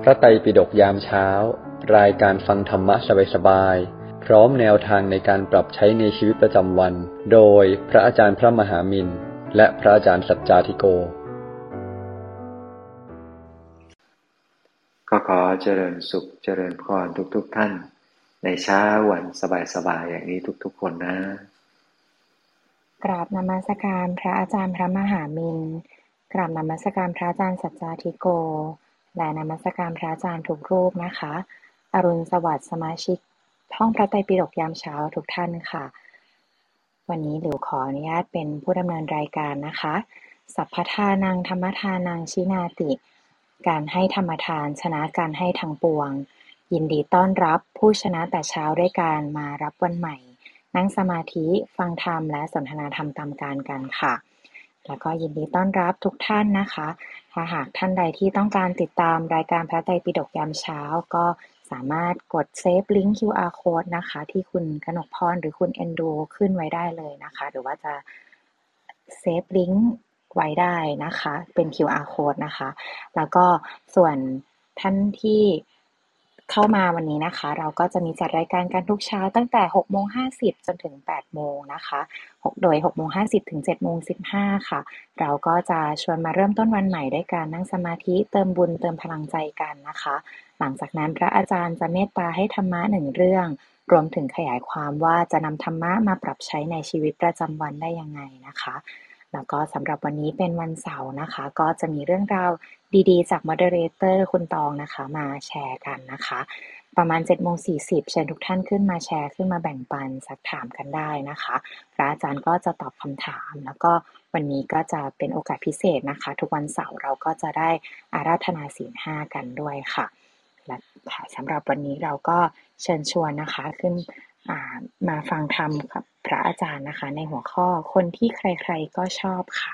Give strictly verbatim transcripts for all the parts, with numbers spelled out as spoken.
ระไตรปิฎกยามเช้ารายการฟังธรรมะสบายๆพร้อมแนวทางในการปรับใช้ในชีวิตประจำวันโดยพระอาจารย์พระมหามินและพระอาจารย์สัจจาธิโกก็ขอเจริญสุขเจริญพรทุกๆท่านในเช้าวันสบายๆอย่างนี้ทุกๆคนนะกราบนมัสการพระอาจารย์พระมหามินกราบนมัสการพระอาจารย์สัจจาธิโกและนมัสการพระอาจารย์ทุกรูปนะคะอรุณสวัสดิ์สมาชิกห้องพระไตรปิฎกยามเช้าทุกท่านค่ะวันนี้หลิวขออนุญาตเป็นผู้ดำเนินรายการนะคะสัพพทานังธรรมทานังชินาติการให้ธรรมทานชนะการให้ทั้งปวงยินดีต้อนรับผู้ชนะแต่เช้าด้วยการมารับวันใหม่นั่งสมาธิฟังธรรมและสนทนาธรรมตามการกันค่ะแล้วก็ยินดีต้อนรับทุกท่านนะคะถ้าหากท่านใดที่ต้องการติดตามรายการพระไตรปิฎกยามเช้าก็สามารถกดเซฟลิงก์ คิว อาร์ Code นะคะที่คุณกนกพรหรือคุณเอนดูขึ้นไว้ได้เลยนะคะหรือว่าจะเซฟลิงก์ไว้ได้นะคะเป็น คิว อาร์ Code นะคะแล้วก็ส่วนท่านที่เข้ามาวันนี้นะคะเราก็จะมีจัดรายการกันทุกเช้าตั้งแต่ หกโมงห้าสิบ จนถึง แปดโมงนะคะโดย หกโมงห้าสิบ ถึง เจ็ดโมงสิบห้า ค่ะเราก็จะชวนมาเริ่มต้นวันใหม่ด้วยการนั่งสมาธิเติมบุญเติมพลังใจกันนะคะหลังจากนั้นพระอาจารย์จะเมตตาให้ธรรมะหนึ่งเรื่องรวมถึงขยายความว่าจะนำธรรมะมาปรับใช้ในชีวิตประจำวันได้ยังไงนะคะแล้วก็สำหรับวันนี้เป็นวันเสาร์นะคะก็จะมีเรื่องราวดีๆจากโมเดเลเตอร์คุณตองนะคะมาแชร์กันนะคะประมาณ เจ็ดโมงสี่สิบ เชิญทุกท่านขึ้นมาแชร์ขึ้นมาแบ่งปันสักถามกันได้นะคะพระอาจารย์ก็จะตอบคำถามแล้วก็วันนี้ก็จะเป็นโอกาสพิเศษนะคะทุกวันเสาร์เราก็จะได้อาราธนาศีลห้ากันด้วยค่ะและสำหรับวันนี้เราก็เชิญชวนนะคะขึ้นมาฟังธรรมกับพระอาจารย์นะคะในหัวข้อคนที่ใครๆก็ชอบค่ะ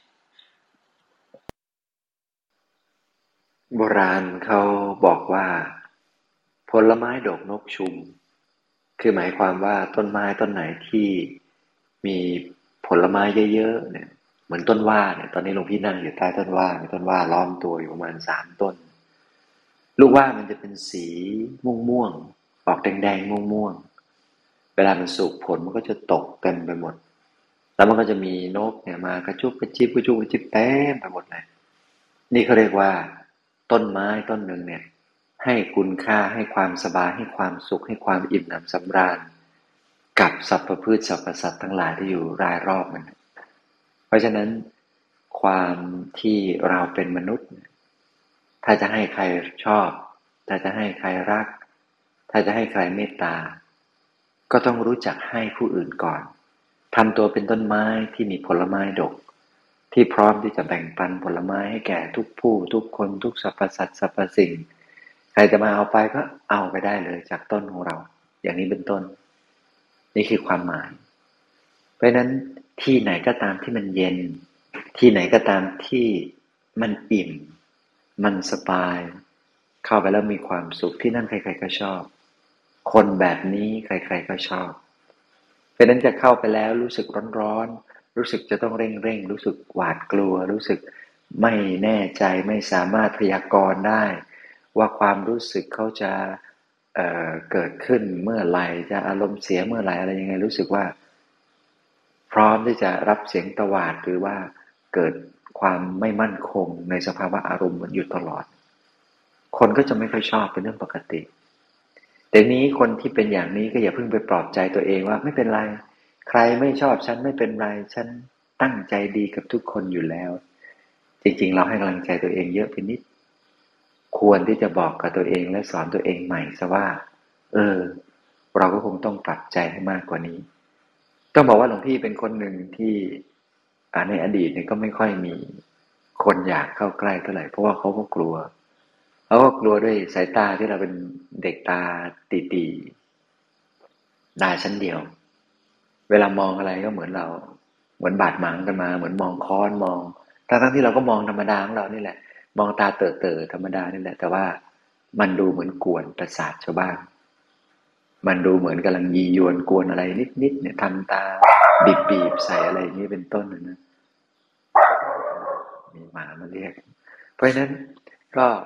โบราณเขาบอกว่าผลไม้ดอกนกชุมคือหมายความว่าต้นไม้ต้นไหนที่มีผลไม้เยอะๆเนี่ยเหมือนต้นว่าเนี่ยตอนนี้หลวงพี่นั่งอยู่ใต้ต้นว่ามีต้นว่าล้อมตัวอยู่ประมาณสามต้นลูกว่ามันจะเป็นสีม่วงๆออกแดงๆม่วงๆเวลามันสุกผลมันก็จะตกเต็มไปหมดแล้วมันก็จะมีนกเนี่ยมากระจุกกระจิบกระจุกกระจิบเต็มไปหมดเลยนี่เขาเรียกว่าต้นไม้ต้นหนึ่งเนี่ยให้คุณค่าให้ความสบายให้ความสุขให้ความอิ่มหนำสำราญกับสรรพพืชสรรพสัตว์ทั้งหลายที่อยู่รายรอบมันเพราะฉะนั้นความที่เราเป็นมนุษย์ถ้าจะให้ใครชอบถ้าจะให้ใครรักถ้าจะให้ใครเมตตาก็ต้องรู้จักให้ผู้อื่นก่อนทำตัวเป็นต้นไม้ที่มีผลไม้ดกที่พร้อมที่จะแบ่งปันผลไม้ให้แก่ทุกผู้ทุกคนทุกสรรพสัตว์สรรพสิ่งใครจะมาเอาไปก็เอาไปได้เลยจากต้นของเราอย่างนี้เป็นต้นนี่คือความหมายเพราะนั้นที่ไหนก็ตามที่มันเย็นที่ไหนก็ตามที่มันอิ่มมันสบายเข้าไปแล้วมีความสุขที่นั่นใครๆก็ชอบคนแบบนี้ใครๆก็ชอบเพราะนั้นจะเข้าไปแล้วรู้สึกร้อนๆรู้สึกจะต้องเร่งๆรู้สึกหวาดกลัวรู้สึกไม่แน่ใจไม่สามารถพยากรณ์ได้ว่าความรู้สึกเขาจะเอ่อเกิดขึ้นเมื่อไหร่จะอารมณ์เสียเมื่อไหร่อะไรยังไงรู้สึกว่าพร้อมที่จะรับเสียงตวาดหรือว่าเกิดความไม่มั่นคงในสภาวะอารมณ์อยู่ตลอดคนก็จะไม่ค่อยชอบเป็นเรื่องปกติแต่นี้คนที่เป็นอย่างนี้ก็อย่าเพิ่งไปปลอบใจตัวเองว่าไม่เป็นไรใครไม่ชอบฉันไม่เป็นไรฉันตั้งใจดีกับทุกคนอยู่แล้วจริงๆเราให้กำลังใจตัวเองเยอะไปนิดควรที่จะบอกกับตัวเองและสอนตัวเองใหม่ซะว่าเออเราก็คงต้องปรับใจให้มากกว่านี้ต้องบอกว่าหลวงพี่เป็นคนหนึ่งที่ในอดีตเนี่ยก็ไม่ค่อยมีคนอยากเข้าใกล้เท่าไหร่เพราะว่าเขาก็กลัวเขาก็กลัวด้วยสายตาที่เราเป็นเด็กตาตีๆตาชั้นเดียวเวลามองอะไรก็เหมือนเราเหมือนบาดหมางกันมาเหมือนมองค้อนมองทั้งๆที่เราก็มองธรรมดาของเรานี่แหละมองตาเต๋อๆธรรมดานี่แหละแต่ว่ามันดูเหมือนกวนประสาทชาวบ้านมันดูเหมือนกำลังยียวนกวนอะไรนิดๆเนี่ยทำตาบีบๆใส่อะไรอย่างนี้เป็นต้นนะมีหมามาเรียกเพราะฉะนั้นก็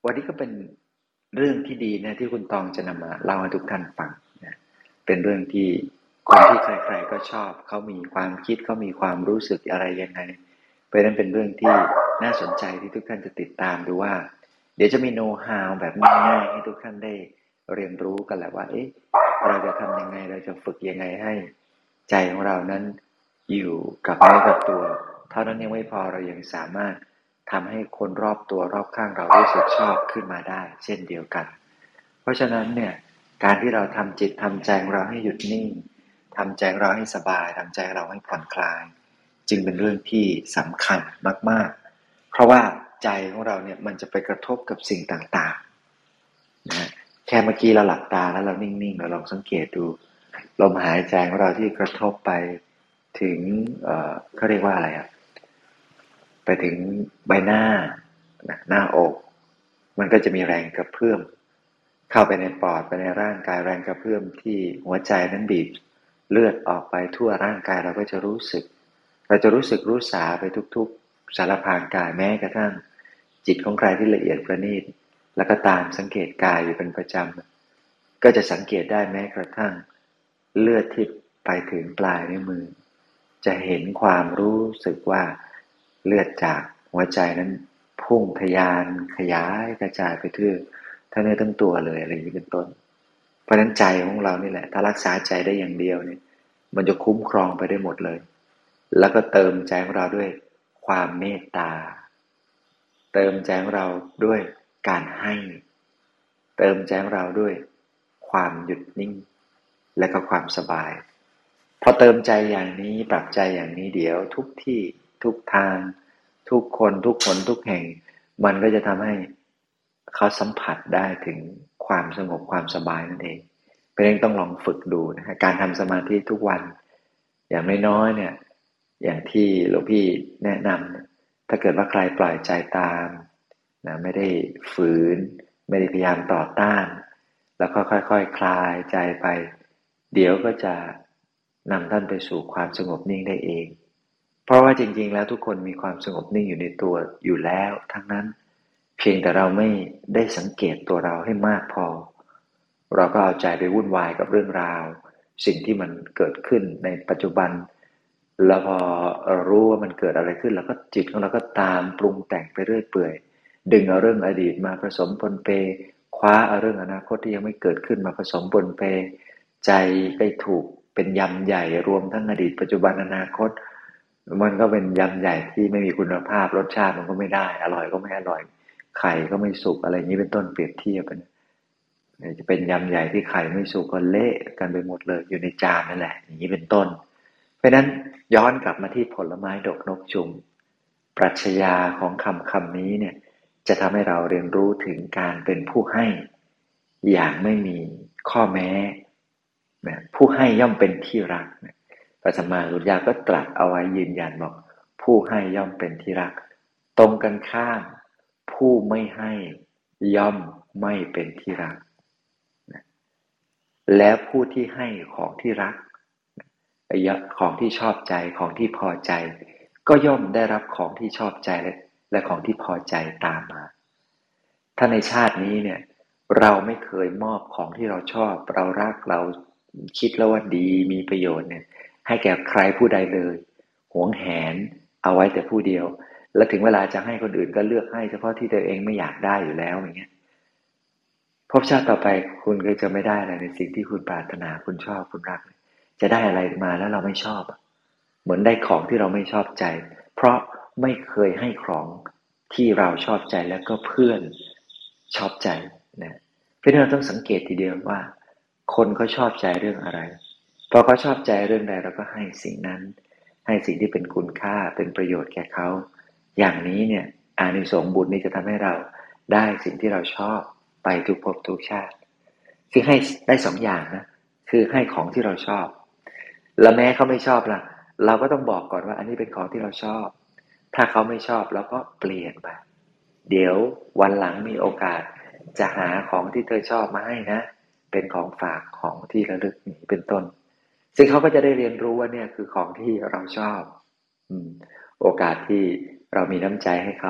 วันนี้ก็เป็นเรื่องที่ดีนะที่คุณตองจะนำมาเล่าให้ทุกท่านฟังนะเป็นเรื่องที่คนที่ใครๆก็ชอบเขามีความคิดเขามีความรู้สึกอะไรยังไงเพราะฉะนั้นเป็นเรื่องที่น่าสนใจที่ทุกท่านจะติดตามดูว่าเดี๋ยวจะมีโน้ตฮาวแบบง่ายๆให้ทุกท่านได้เรียนรู้กันแหละว่าเอ๊ะเราจะทำยังไงเราจะฝึกยังไงให้ใจของเรานั้นอยู่กับเนื้อกับตัวเท่านั้นยังไม่พอเรายังสามารถทำให้คนรอบตัวรอบข้างเรารู้สึกชอบขึ้นมาได้เช่นเดียวกันเพราะฉะนั้นเนี่ยการที่เราทำจิตทำใจของเราให้หยุดนิ่งทำใจของเราให้สบายทำใจเราให้ผ่อนคลายจึงเป็นเรื่องที่สำคัญมากๆเพราะว่าใจของเราเนี่ยมันจะไปกระทบกับสิ่งต่างๆนะแค่เมื่อกี้เราหลับตาแล้วเรานิ่งๆเราลองสังเกตดูลมหายใจของเราที่กระทบไปถึงเอ่อเขาเรียกว่าอะไรอ่ะไปถึงใบหน้าหน้าอกมันก็จะมีแรงกระเพื่อมเข้าไปในปอดไปในร่างกายแรงกระเพื่อมที่หัวใจนั้นบีบเลือดออกไปทั่วร่างกายเราก็จะรู้สึกเราจะรู้สึกรู้สาไปทุกๆสารพางกายแม้กระทั่งจิตของใครที่ละเอียดประณีตแล้วก็ตามสังเกตกายอยู่เป็นประจำก็จะสังเกตได้แม้กระทั่งเลือดที่ไปถึงปลายนิ้วมือจะเห็นความรู้สึกว่าเลือดจากหัวใจนั้นพุ่งทะยานขยายกระจายไปทั่วทั้งเนื้อทั้งตัวเลยอะไรอย่างนี้เป็นต้นเพราะฉะนั้นใจของเรานี่แหละถ้ารักษาใจได้อย่างเดียวเนี่ยมันจะคุ้มครองไปได้หมดเลยแล้วก็เติมใจของเราด้วยความเมตตาเติมใจของเราด้วยการให้เติมใจของเราด้วยความหยุดนิ่งและก็ความสบายพอเติมใจอย่างนี้ปรับใจอย่างนี้เดี๋ยวทุกที่ทุกทางทุกคนทุกคนทุกแห่งมันก็จะทำให้เขาสัมผัสได้ถึงความสงบความสบายนั่นเองเพราะฉะนั้นต้องลองฝึกดูนะฮะการทำสมาธิทุกวันอย่างน้อยๆเนี่ยอย่างที่หลวงพี่แนะนำถ้าเกิดว่าใครปล่อยใจตามนะไม่ได้ฝืนไม่ได้พยายามต่อต้านแล้วก็ค่อยๆ ค, คลายใจไปเดี๋ยวก็จะนำท่านไปสู่ความสงบนิ่งได้เองเพราะว่าจริงๆแล้วทุกคนมีความสงบนิ่งอยู่ในตัวอยู่แล้วทั้งนั้นเพียงแต่เราไม่ได้สังเกตตัวเราให้มากพอเราก็เอาใจไปวุ่นวายกับเรื่องราวสิ่งที่มันเกิดขึ้นในปัจจุบันแล้วพอรู้ว่ามันเกิดอะไรขึ้นแล้วก็จิตของเราก็ตามปรุงแต่งไปเรื่อยเปื่อยดึงเอาเรื่องอดีตมาผสมปนเปคว้าเอาเรื่องอนาคตที่ยังไม่เกิดขึ้นมาผสมปนเปใจไปถูกเป็นยำใหญ่รวมทั้งอดีตปัจจุบันอนาคตมันก็เป็นยำใหญ่ที่ไม่มีคุณภาพรสชาติมันก็ไม่ได้อร่อยก็ไม่อร่อยไข่ก็ไม่สุกอะไรอย่างนี้เป็นต้นเปรียบเทียบกันจะเป็นยำใหญ่ที่ไข่ไม่สุกก็เละกันไปหมดเลยอยู่ในจานนั่นแหละอย่างนี้เป็นต้นเพราะนั้นย้อนกลับมาที่ผลไม้ดกนกชุมปรัชญาของคำคำนี้เนี่ยจะทำให้เราเรียนรู้ถึงการเป็นผู้ให้อย่างไม่มีข้อแม้นะผู้ให้ย่อมเป็นที่รักนะพระสัมมาสัมพุทธเจ้าก็ตรัสเอาไว้ยืนยันบอกผู้ให้ย่อมเป็นที่รักตรงกันข้ามผู้ไม่ให้ย่อมไม่เป็นที่รักนะแล้วผู้ที่ให้ของที่รักของที่ชอบใจของที่พอใจก็ย่อมได้รับของที่ชอบใจและของที่พอใจตามมาถ้าในชาตินี้เนี่ยเราไม่เคยมอบของที่เราชอบเรารักเราคิดแล้วว่าดีมีประโยชน์เนี่ยให้แก่ใครผู้ใดเลยหวงแหนเอาไว้แต่ผู้เดียวแล้วถึงเวลาจะให้คนอื่นก็เลือกให้เฉพาะที่ตัวเองไม่อยากได้อยู่แล้วอย่างเงี้ยภพชาติต่อไปคุณก็จะไม่ได้อะไรในสิ่งที่คุณปรารถนาคุณชอบคุณรักจะได้อะไรมาแล้วเราไม่ชอบเหมือนได้ของที่เราไม่ชอบใจเพราะไม่เคยให้ของที่เราชอบใจแล้วก็เพื่อนชอบใจนะเพราะฉะนั้นเราต้องสังเกตทีเดียวว่าคนเขาชอบใจเรื่องอะไรพอเขาชอบใจเรื่องใดเราก็ให้สิ่งนั้นให้สิ่งที่เป็นคุณค่าเป็นประโยชน์แก่เขาอย่างนี้เนี่ยอานิสงส์บุญนี้จะทำให้เราได้สิ่งที่เราชอบไปทุกภพทุกชาติคือให้ได้สองอย่างนะคือให้ของที่เราชอบแล้วแม้เขาไม่ชอบล่ะเราก็ต้องบอกก่อนว่าอันนี้เป็นของที่เราชอบถ้าเขาไม่ชอบเราก็เปลี่ยนไปเดี๋ยววันหลังมีโอกาสจะหาของที่เธอชอบมาให้นะเป็นของฝากของที่ระลึกนี้เป็นต้นซึ่งเขาก็จะได้เรียนรู้ว่าเนี่ยคือของที่เราชอบอืมโอกาสที่เรามีน้ำใจให้เขา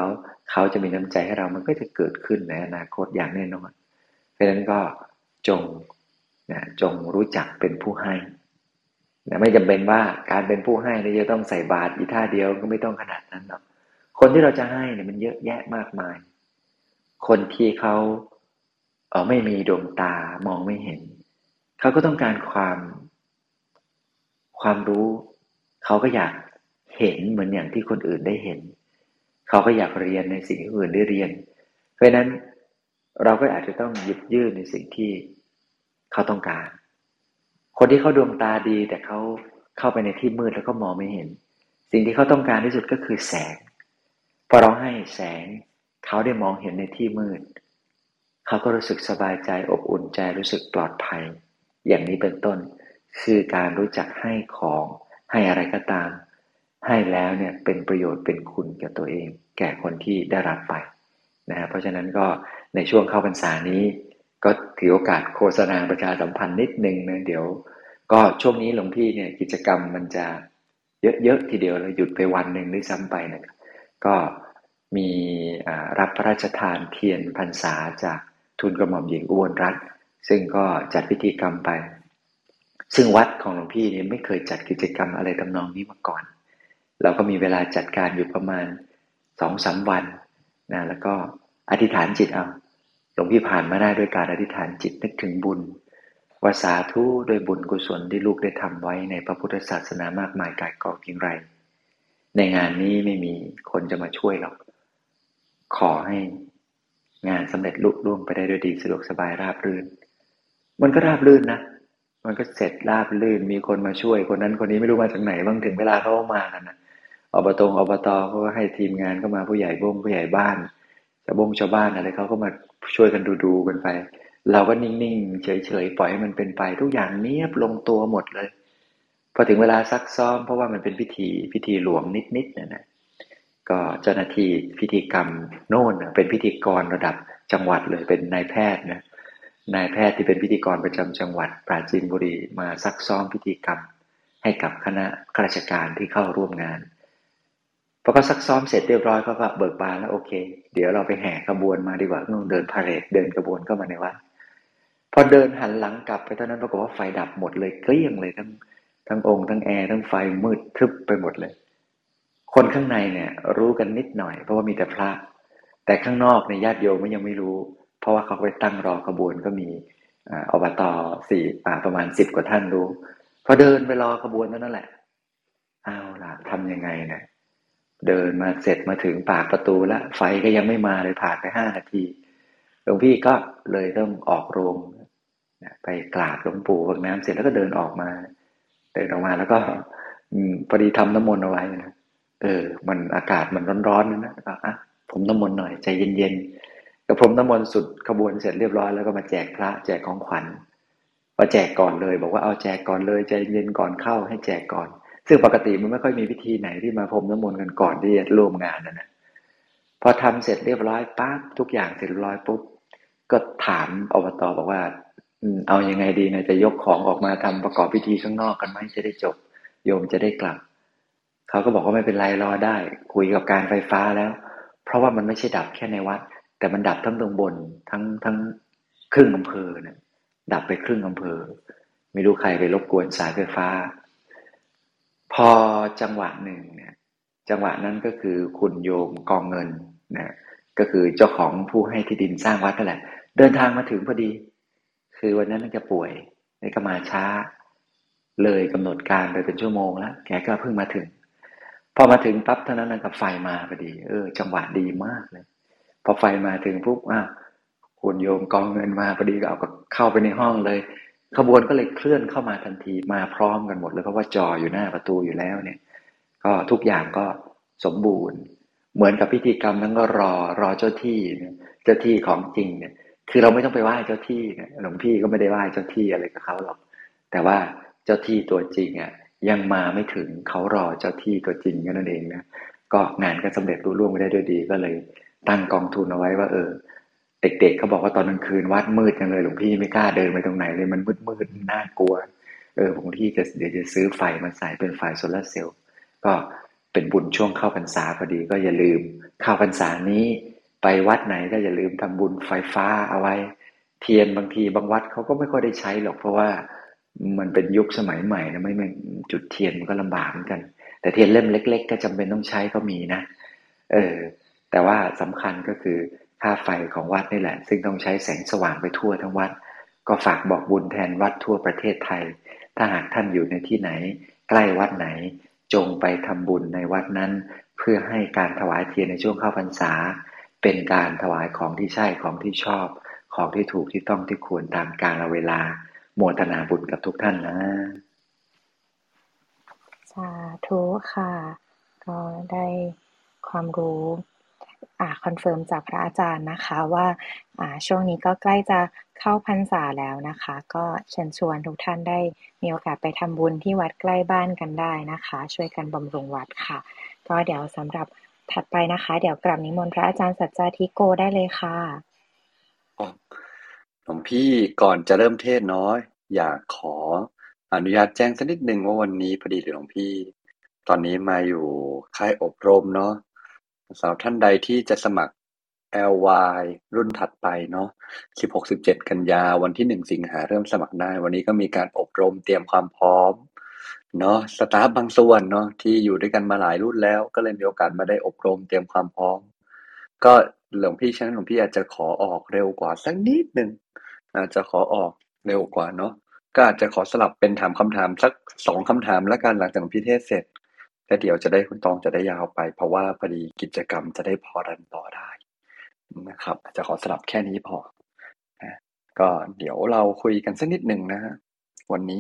เขาจะมีน้ำใจให้เรามันก็จะเกิดขึ้นในอนาคตอย่างแน่นอนเพราะฉะนั้นก็จงนะจงรู้จักเป็นผู้ให้นะไม่จำเป็นว่าการเป็นผู้ให้เนี่ยจะต้องใส่บาตรอีท่าเดียวก็ไม่ต้องขนาดนั้นหรอกคนที่เราจะให้เนี่ยมันเยอะแยะมากมายคนที่เขาเออไม่มีดวงตามองไม่เห็นเขาก็ต้องการความความรู้เขาก็อยากเห็นเหมือนอย่างที่คนอื่นได้เห็นเขาก็อยากเรียนในสิ่งที่คนอื่นได้เรียนเพราะฉะนั้นเราก็อาจจะต้องหยิบยื่นในสิ่งที่เขาต้องการคนที่เขาดวงตาดีแต่เขาเข้าไปในที่มืดแล้วก็มองไม่เห็นสิ่งที่เขาต้องการที่สุดก็คือแสงพอเราให้แสงเขาได้มองเห็นในที่มืดเขาก็รู้สึกสบายใจอบอุ่นใจรู้สึกปลอดภัยอย่างนี้เป็นต้นคือการรู้จักให้ของให้อะไรก็ตามให้แล้วเนี่ยเป็นประโยชน์เป็นคุณแก่ตัวเองแก่คนที่ได้รับไปนะเพราะฉะนั้นก็ในช่วงเข้าพรรษานี้ก็ถือโอกาสโฆษณาประชาสัมพันธ์นิดนึงนะเดี๋ยวก็ช่วงนี้หลวงพี่เนี่ยกิจกรรมมันจะเยอะๆทีเดียวเราหยุดไปวันหนึ่งด้วยซ้ำไปนะก็มีรับพระราชทานเทียนพรรษาจากทูลกระหม่อมหญิงอุบลรัตน์ซึ่งก็จัดพิธีกรรมไปซึ่งวัดของหลวงพี่เนี่ยไม่เคยจัดกิจกรรมอะไรทำนองนี้มาก่อนเราก็มีเวลาจัดการอยู่ประมาณ สองถึงสาม วันนะแล้วก็อธิษฐานจิตเอาหลวงพี่ผ่านมาได้ด้วยการอธิษฐานจิตนึกถึงบุญว่าสาธุโดยบุญกุศลที่ลูกได้ทำไว้ในพระพุทธศาสนามากมายกายกองเพียงไรในงานนี้ไม่มีคนจะมาช่วยหรอกขอให้งานสำเร็จลุล่วงไปได้ด้วยดีสะดวกสบายราบรื่นมันก็ราบรื่นนะมันก็เสร็จราบรื่นมีคนมาช่วยคนนั้นคนนี้ไม่รู้มาจากไหนบางถึงเวลาเขามากันนะอบตอบตเขาก็ให้ทีมงานก็มาผู้ใหญ่บ้งผู้ใหญ่บ้านชาวบ้งชาวบ้านอะไรเขาก็มาช่วยกันดูๆกันไปเราก็นิ่งๆเฉยๆปล่อยให้มันเป็นไปทุกอย่างเนียบลงตัวหมดเลยพอถึงเวลาซักซ้อมเพราะว่ามันเป็นพิธีพิธีหลวงนิดๆนะนะก็เจ้าหน้าที่พิธีกรรมโน่นเป็นพิธีกรระดับจังหวัดเลยเป็นนายแพทย์นะนายแพทย์ที่เป็นพิธีกรประจำจังหวัดปราจีนบุรีมาซักซ้อมพิธีกรรมให้กับคณะข้าราชการที่เข้าร่วมงานพอเขาซักซ้อมเสร็จเรียบร้อยเขาก็เบิกบานแล้วโอเคเดี๋ยวเราไปแห่ขบวนมาดีกว่าต้องเดินพาเหรดเดินขบวนเข้ามาในวัดพอเดินหันหลังกลับไปเท่านั้นปรากฏว่าไฟดับหมดเลยเกลี้ยงเลยทั้งทั้งองค์ทั้งแอร์ทั้งไฟมืดทึบไปหมดเลยคนข้างในเนี่ยรู้กันนิดหน่อยเพราะว่ามีแต่พระแต่ข้างนอกในญาติโยมก็ยังไม่รู้เพราะว่าเขาไปตั้งรอขบวนก็มีอบตสี่ประมาณสิบกว่าท่านรู้พอเดินไปรอขบวนนั่นแหละเอาล่ะทำยังไงเนี่ยเดินมาเสร็จมาถึงปากประตูแล้วไฟก็ยังไม่มาเลยผ่านไปห้านาทีหลวงพี่ก็เลยต้องออกโรงไปกราบหลวงปู่วักน้ำเสร็จแล้วก็เดินออกมาเดินออกมาแล้วก็พอดีทำน้ำมนต์เอาไว้นะเออมันอากาศมันร้อนๆนะก็อ่ะผมน้ำมนต์หน่อยใจเย็นๆก็ผมน้ำมนต์สุดขบวนเสร็จเรียบร้อยแล้วก็มาแจกพระแจกของขวัญมาแจกก่อนเลยบอกว่าเอาแจกก่อนเลยใจเย็นก่อนเข้าให้แจกก่อนซึ่งปกติมันไม่ค่อยมีพิธีไหนที่มาพรมน้ำมนต์กันก่อนที่จะร่วมงานนะนะพอทำเสร็จเรียบร้อยปั๊บทุกอย่างเสร็จเรียบร้อยปุ๊บก็ถามอบตบอกว่าเอายังไงดีนะจะยกของออกมาทำประกอบพิธีข้างนอกกันไหมจะได้จบโยมจะได้กลับเขาก็บอกว่าไม่เป็นไรรอได้คุยกับการไฟฟ้าแล้วเพราะว่ามันไม่ใช่ดับแค่ในวัดแต่มันดับทั้งตรงบนทั้งทั้งครึ่งอำเภอเนี่ยดับไปครึ่งอำเภอไม่รู้ใครไปรบกวนสายไฟฟ้าพอจังหวะหนึ่งเนี่ยจังหวะนั้นก็คือคุณโยมกองเงินนะก็คือเจ้าของผู้ให้ที่ดินสร้างวัดนั่นแหละเดินทางมาถึงพอดีคือวันนั้นแกป่วยนี่ก็มาช้าเลยกำหนดการไปเป็นชั่วโมงแล้วแกก็เพิ่งมาถึงพอมาถึงปั๊บเท่านั้นกับไฟมาพอดีเออจังหวะดีมากเลยพอไฟมาถึงปุ๊บอ้าวคุณโยมกองเงินมาพอดีก็เอาเข้าไปในห้องเลยขบวนก็เลยเคลื่อนเข้ามาทันทีมาพร้อมกันหมดเลยเพราะว่าจออยู่หน้าประตูอยู่แล้วเนี่ยก็ทุกอย่างก็สมบูรณ์เหมือนกับพิธีกรรมนั้นก็รอรอเจ้าที่เนี่ยเจ้าที่ของจริงเนี่ยคือเราไม่ต้องไปไหว้เจ้าที่เนี่ยหลวงพี่ก็ไม่ได้ไหว้เจ้าที่อะไรกับเขาหรอกแต่ว่าเจ้าที่ตัวจริงอ่ะยังมาไม่ถึงเขารอเจ้าที่ตัวจริงนั่นเองนะก็งานก็สำเร็จรุ่ล่วงไปได้ด้วยดีก็เลยตั้งกองทุนเอาไว้ว่าเออเด็กๆเขาบอกว่าตอนกลางคืนวัดมืดจังเลยหลวงพี่ไม่กล้าเดินไปตรงไหนเลยมันมืดๆน่ากลัวเออบางทีจะเดี๋ยวจะซื้อไฟมาใส่เป็นไฟโซลาร์เซลล์ก็เป็นบุญช่วงเข้าพรรษาพอดีก็อย่าลืมเข้าพรรษานี้ไปวัดไหนก็อย่าลืมทำบุญไฟฟ้าเอาไว้เทียนบางทีบางวัดเขาก็ไม่ค่อยได้ใช้หรอกเพราะว่ามันเป็นยุคสมัยใหม่นะไม่ไม่จุดเทียนมันก็ลำบากเหมือนกันแต่เทียนเล่มเล็กๆก็จำเป็นต้องใช้ก็มีนะเออแต่ว่าสำคัญก็คือค่าไฟของวัดนี่แหละซึ่งต้องใช้แสงสว่างไปทั่วทั้งวัดก็ฝากบอกบุญแทนวัดทั่วประเทศไทยถ้าหากท่านอยู่ในที่ไหนใกล้วัดไหนจงไปทำบุญในวัดนั้นเพื่อให้การถวายเทียนในช่วงเข้าพรรษาเป็นการถวายของที่ใช่ของที่ชอบของที่ถูกที่ต้องที่ควรตามกาลเวลาโมทนาบุญกับทุกท่านนะสาธุค่ะก็ได้ความรู้อ่าคอนเฟิร์มจากพระอาจารย์นะคะว่าอ่าช่วงนี้ก็ใกล้จะเข้าพรรษาแล้วนะคะก็เชิญชวนทุกท่านได้มีโอกาสไปทำบุญที่วัดใกล้บ้านกันได้นะคะช่วยกันบำรุงวัดค่ะก็เดี๋ยวสำหรับถัดไปนะคะเดี๋ยวกราบนิมนต์พระอาจารย์สัจจาธิโกได้เลยค่ะหลวงพี่ก่อนจะเริ่มเทศน์เนาะอยากขออนุญาตแจ้งสักนิดหนึ่งว่าวันนี้พอดีหลวงพี่ตอนนี้มาอยู่ค่ายอบรมเนาะสำหรับท่านใดที่จะสมัคร แอล วาย รุ่นถัดไปเนาะสิบหก สิบเจ็ดกันยาวันที่หนึ่งสิงหาเริ่มสมัครได้วันนี้ก็มีการอบรมเตรียมความพร้อมเนาะสตาฟบางส่วนเนาะที่อยู่ด้วยกันมาหลายรุ่นแล้วก็เลยมีโอกาสมาได้อบรมเตรียมความพร้อมก็หลวงพี่ฉะนั้นหลวงพี่อาจจะขอออกเร็วกว่าสักนิดหนึ่งอาจจะขอออกเร็วกว่าเนาะก็อาจจะขอสลับเป็นถามคำถามสักสองคำถามแล้วกันหลังจากหลวงพี่เทศเสร็จแล้วเดี๋ยวจะได้คุณตองจะได้ยาวไปเพราะว่าพอดีกิจกรรมจะได้พอรันต่อได้นะครับอาจจะขอสลับแค่นี้พอนะก็เดี๋ยวเราคุยกันสักนิดหนึ่งนะฮะวันนี้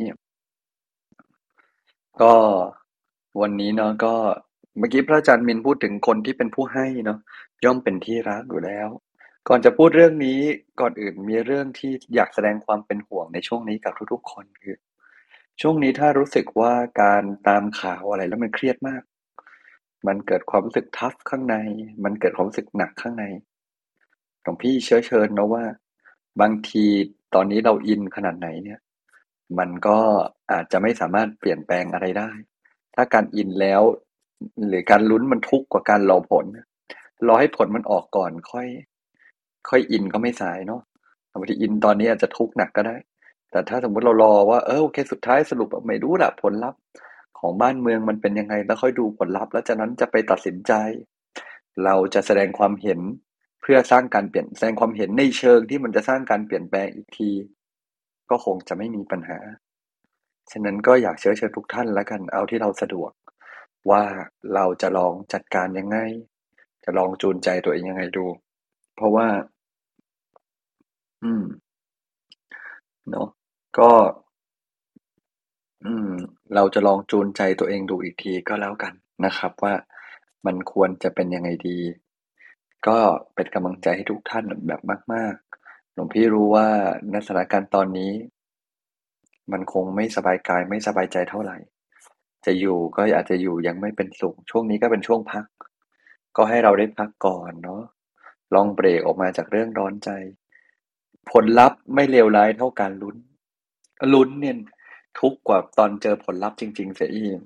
ก็วันนี้เนาะก็เมื่อกี้พระอาจารย์มินพูดถึงคนที่เป็นผู้ให้เนาะย่อมเป็นที่รักอยู่แล้วก่อนจะพูดเรื่องนี้ก่อนอื่นมีเรื่องที่อยากแสดงความเป็นห่วงในช่วงนี้กับทุกๆคนคือช่วงนี้ถ้ารู้สึกว่าการตามข่าวอะไรแล้วมันเครียดมากมันเกิดความรู้สึกทัฟข้างในมันเกิดความรู้สึกหนักข้างในหลวงพี่เชื้อเชิญนะว่าบางทีตอนนี้เราอินขนาดไหนเนี่ยมันก็อาจจะไม่สามารถเปลี่ยนแปลงอะไรได้ ถ้าการอินแล้วหรือการลุ้นมันทุกข์กว่าการรอผลรอให้ผลมันออกก่อนค่อยค่อยอินก็ไม่สายเนาะบางทีอินตอนนี้อาจจะทุกข์หนักก็ได้แต่ถ้าสมมุติเรารอว่าเออโอเคสุดท้ายสรุปไม่รู้แหละผลลัพธ์ของบ้านเมืองมันเป็นยังไงแล้วค่อยดูผลลัพธ์แล้วจากนั้นจะไปตัดสินใจเราจะแสดงความเห็นเพื่อสร้างการเปลี่ยนแสดงความเห็นในเชิงที่มันจะสร้างการเปลี่ยนแปลงอีกทีก็คงจะไม่มีปัญหา ฉะนั้นก็อยากเชื้อเชิญทุกท่านแล้วกันเอาที่เราสะดวกว่าเราจะลองจัดการยังไงจะลองจูนใจตัวเองยังไงดู เพราะว่า อืมเนาะก็ อืม เราจะลองจูนใจตัวเองดูอีกทีก็แล้วกันนะครับว่ามันควรจะเป็นยังไงดี ก็เป็นกำลังใจให้ทุกท่านแบบมากๆหลวงพี่รู้ว่าในสถานการณ์ตอนนี้ มันคงไม่สบายกายไม่สบายใจเท่าไหร่จะอยู่ก็อาจจะอยู่ยังไม่เป็นสุขช่วงนี้ก็เป็นช่วงพักก็ให้เราได้พักก่อนเนาะลองเบรกออกมาจากเรื่องร้อนใจผลลัพธ์ไม่เลวร้ายเท่าการลุ้นลุ้นเนี่ยทุกข์กว่าตอนเจอผลลัพธ์จริงๆเสียอีก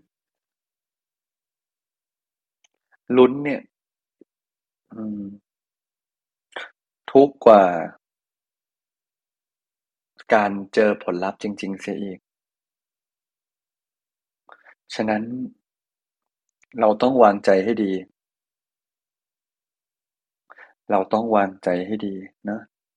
ลุ้นเนี่ยอืมทุกข์กว่าการเจอผลลัพธ์จริงๆเสียอีกฉะนั้นเราต้องวางใจให้ดีเราต้องวางใจให้ดีนะ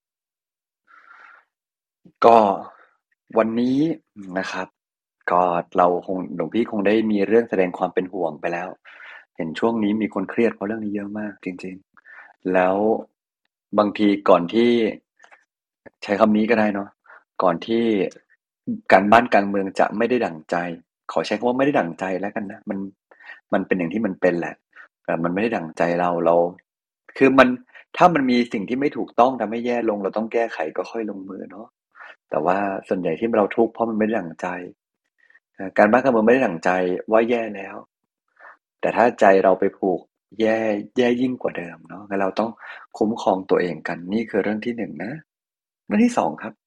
ก็วันนี้นะครับก็เราคงหลวงพี่คงได้มีเรื่องแสดงความเป็นห่วงไปแล้วเห็นช่วงนี้มีคนเครียดเพราะเรื่องนี้เยอะมากจริงๆแล้วบางทีก่อนที่ใช้คำนี้ก็ได้เนาะก่อนที่การบ้านการเมืองจะไม่ได้ดั่งใจขอใช้คำว่าไม่ได้ดั่งใจแล้วกันนะมันมันเป็นอย่างที่มันเป็นแหละแต่มันไม่ได้ดั่งใจเราเราคือมันถ้ามันมีสิ่งที่ไม่ถูกต้องทำให้แย่ลงเราต้องแก้ไขก็ค่อยลงมือเนาะ แต่ว่าส่วนใหญ่ที่เราทุกข์เพราะมันไม่ได้ดั่งใจการบ้านการเมืองไม่ได้ดั่งใจว่าแย่แล้วแต่ถ้าใจเราไปผูกแย่แย่ยิ่งกว่าเดิมเนาะงั้นเราต้องคุ้มครองตัวเองกันนี่คือเรื่องที่หนึ่งนะเรื่องที่สองครับ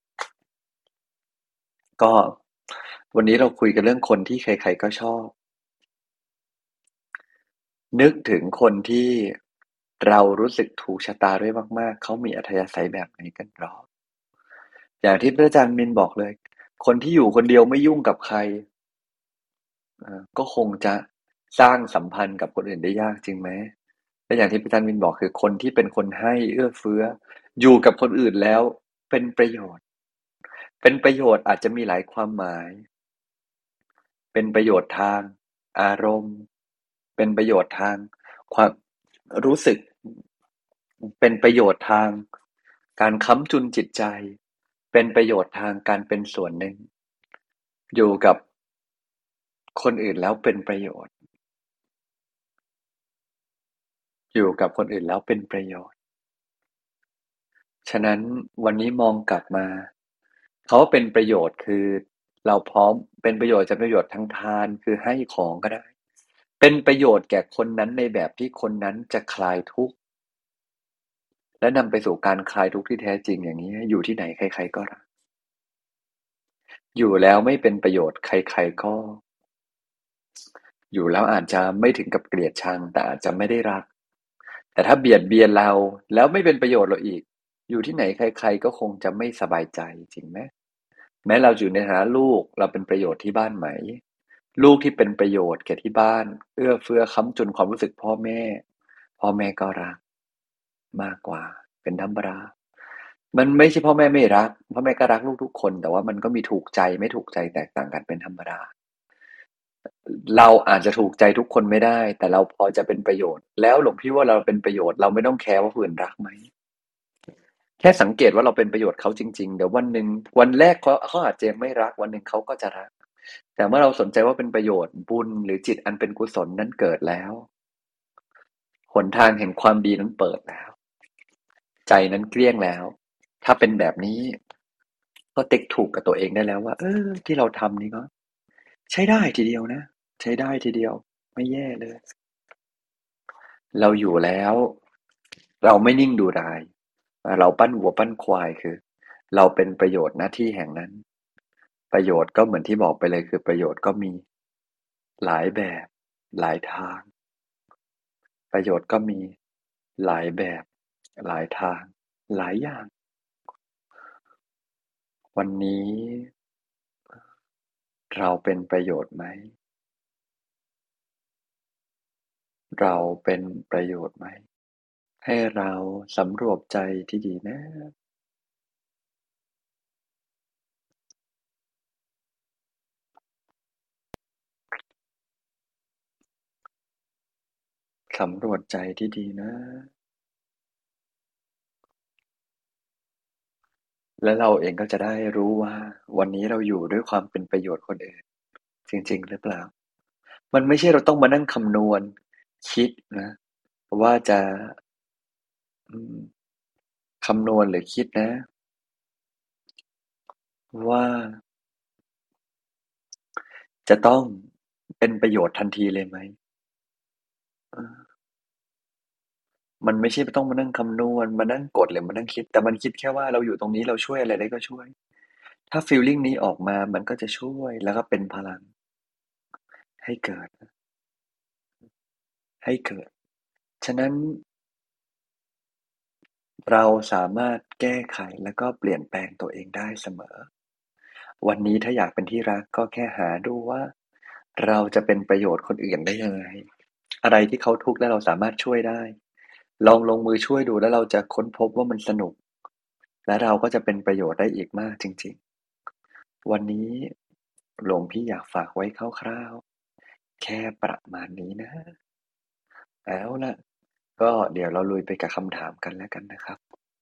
ก็วันนี้เราคุยกันเรื่องคนที่ใครๆก็ชอบนึกถึงคนที่เรารู้สึกถูกชะตาด้วยมากๆเขามีอัธยาศัยแบบไหนกันหรออย่างที่พระอาจารย์มินบอกเลยคนที่อยู่คนเดียวไม่ยุ่งกับใครเอ่อก็คงจะสร้างสัมพันธ์กับคนอื่นได้ยากจริงไหมและอย่างที่พระอาจารย์มินบอกคือคนที่เป็นคนให้เอื้อเฟื้ออยู่กับคนอื่นแล้วเป็นประโยชน์เป็นประโยชน์อาจจะมีหลายความหมายเป็นประโยชน์ทางอารมณ์เป็นประโยชน์ทางความรู้สึกเป็นประโยชน์ทางการค้ำจุนจิตใจเป็นประโยชน์ทางการเป็นส่วนหนึ่งอยู่กับคนอื่นแล้วเป็นประโยชน์อยู่กับคนอื่นแล้วเป็นประโยชน์ฉะนั้นวันนี้มองกลับมาเขาเป็นประโยชน์คือเราพร้อมเป็นประโยชน์จะประโยชน์ทางทานคือให้ของก็ได้เป็นประโยชน์แก่คนนั้นในแบบที่คนนั้นจะคลายทุกข์และนำไปสู่การคลายทุกข์ที่แท้จริงอย่างนี้อยู่ที่ไหนใครๆก็รักอยู่แล้วไม่เป็นประโยชน์ใครๆก็อยู่แล้วอาจจะไม่ถึงกับเกลียดชังแต่อาจจะไม่ได้รักแต่ถ้าเบียดเบียนเราแล้วไม่เป็นประโยชน์เราอีกอยู่ที่ไหนใครๆก็คงจะไม่สบายใจจริงไหมแม้เราอยู่ในฐานะลูกเราเป็นประโยชน์ที่บ้านไหมลูกที่เป็นประโยชน์แก่ที่บ้านเอื้อเฟื้อค้ำจุนความรู้สึกพ่อแม่พ่อแม่ก็รักมากกว่าเป็นธรรมดามันไม่ใช่พ่อแม่ไม่รักพ่อแม่ก็รักลูกทุกคนแต่ว่ามันก็มีถูกใจไม่ถูกใจแตกต่างกันเป็นธรรมดาเราอาจจะถูกใจทุกคนไม่ได้แต่เราพอจะเป็นประโยชน์แล้วหลวงพี่ว่าเราเป็นประโยชน์เราไม่ต้องแคร์ว่าคนอื่นรักไหมแค่สังเกตว่าเราเป็นประโยชน์เขาจริงๆเดี๋ยววันหนึ่งวันแรกเขาเขาอาจจะยังไม่รักวันหนึ่งเขาก็จะรักแต่เมื่อเราสนใจว่าเป็นประโยชน์บุญหรือจิตอันเป็นกุศลนั้นเกิดแล้วหนทางแห่งความดีนั้นเปิดแล้วใจนั้นเกลี้ยงแล้วถ้าเป็นแบบนี้ก็ติ๊กถูกกับตัวเองได้แล้วว่าเออที่เราทำนี่ก็ใช้ได้ทีเดียวนะใช้ได้ทีเดียวไม่แย่เลยเราอยู่แล้วเราไม่นิ่งดูดายเราปั้นวัวปั้นควายคือเราเป็นประโยชน์หน้าที่แห่งนั้นประโยชน์ก็เหมือนที่บอกไปเลยคือประโยชน์ก็มีหลายแบบหลายทางประโยชน์ก็มีหลายแบบหลายทางหลายอย่างวันนี้เราเป็นประโยชน์ไหมเราเป็นประโยชน์ไหมให้เราสำรวจใจที่ดีนะสำรวจใจที่ดีนะและเราเองก็จะได้รู้ว่าวันนี้เราอยู่ด้วยความเป็นประโยชน์คนอื่นจริงๆหรือเปล่ามันไม่ใช่เราต้องมานั่งคำนวณคิดนะว่าจะอืมคำนวณหรือคิดนะว่าจะต้องเป็นประโยชน์ทันทีเลยไหมเออมันไม่ใช่ต้องมานั่งคำนวณมานั่งกดหรือมานั่งคิดแต่มันคิดแค่ว่าเราอยู่ตรงนี้เราช่วยอะไรได้ก็ช่วยถ้าฟีลลิงนี้ออกมามันก็จะช่วยแล้วก็เป็นพลังให้เกิดให้เกิดฉะนั้น เราสามารถแก้ไขแล้วก็เปลี่ยนแปลงตัวเองได้เสมอวันนี้ถ้าอยากเป็นที่รักก็แค่หาดูว่าเราจะเป็นประโยชน์คนอื่นได้ยังไงอะไรที่เขาทุกข์แล้วเราสามารถช่วยได้ลองลงมือช่วยดูแล้วเราจะค้นพบว่ามันสนุกและเราก็จะเป็นประโยชน์ได้อีกมากจริงๆวันนี้หลวงพี่อยากฝากไว้คร่าวๆแค่ประมาณนี้นะเอาล่ะก็เดี๋ยวเราลุยไปกับคำถามกันแล้วกันนะครับ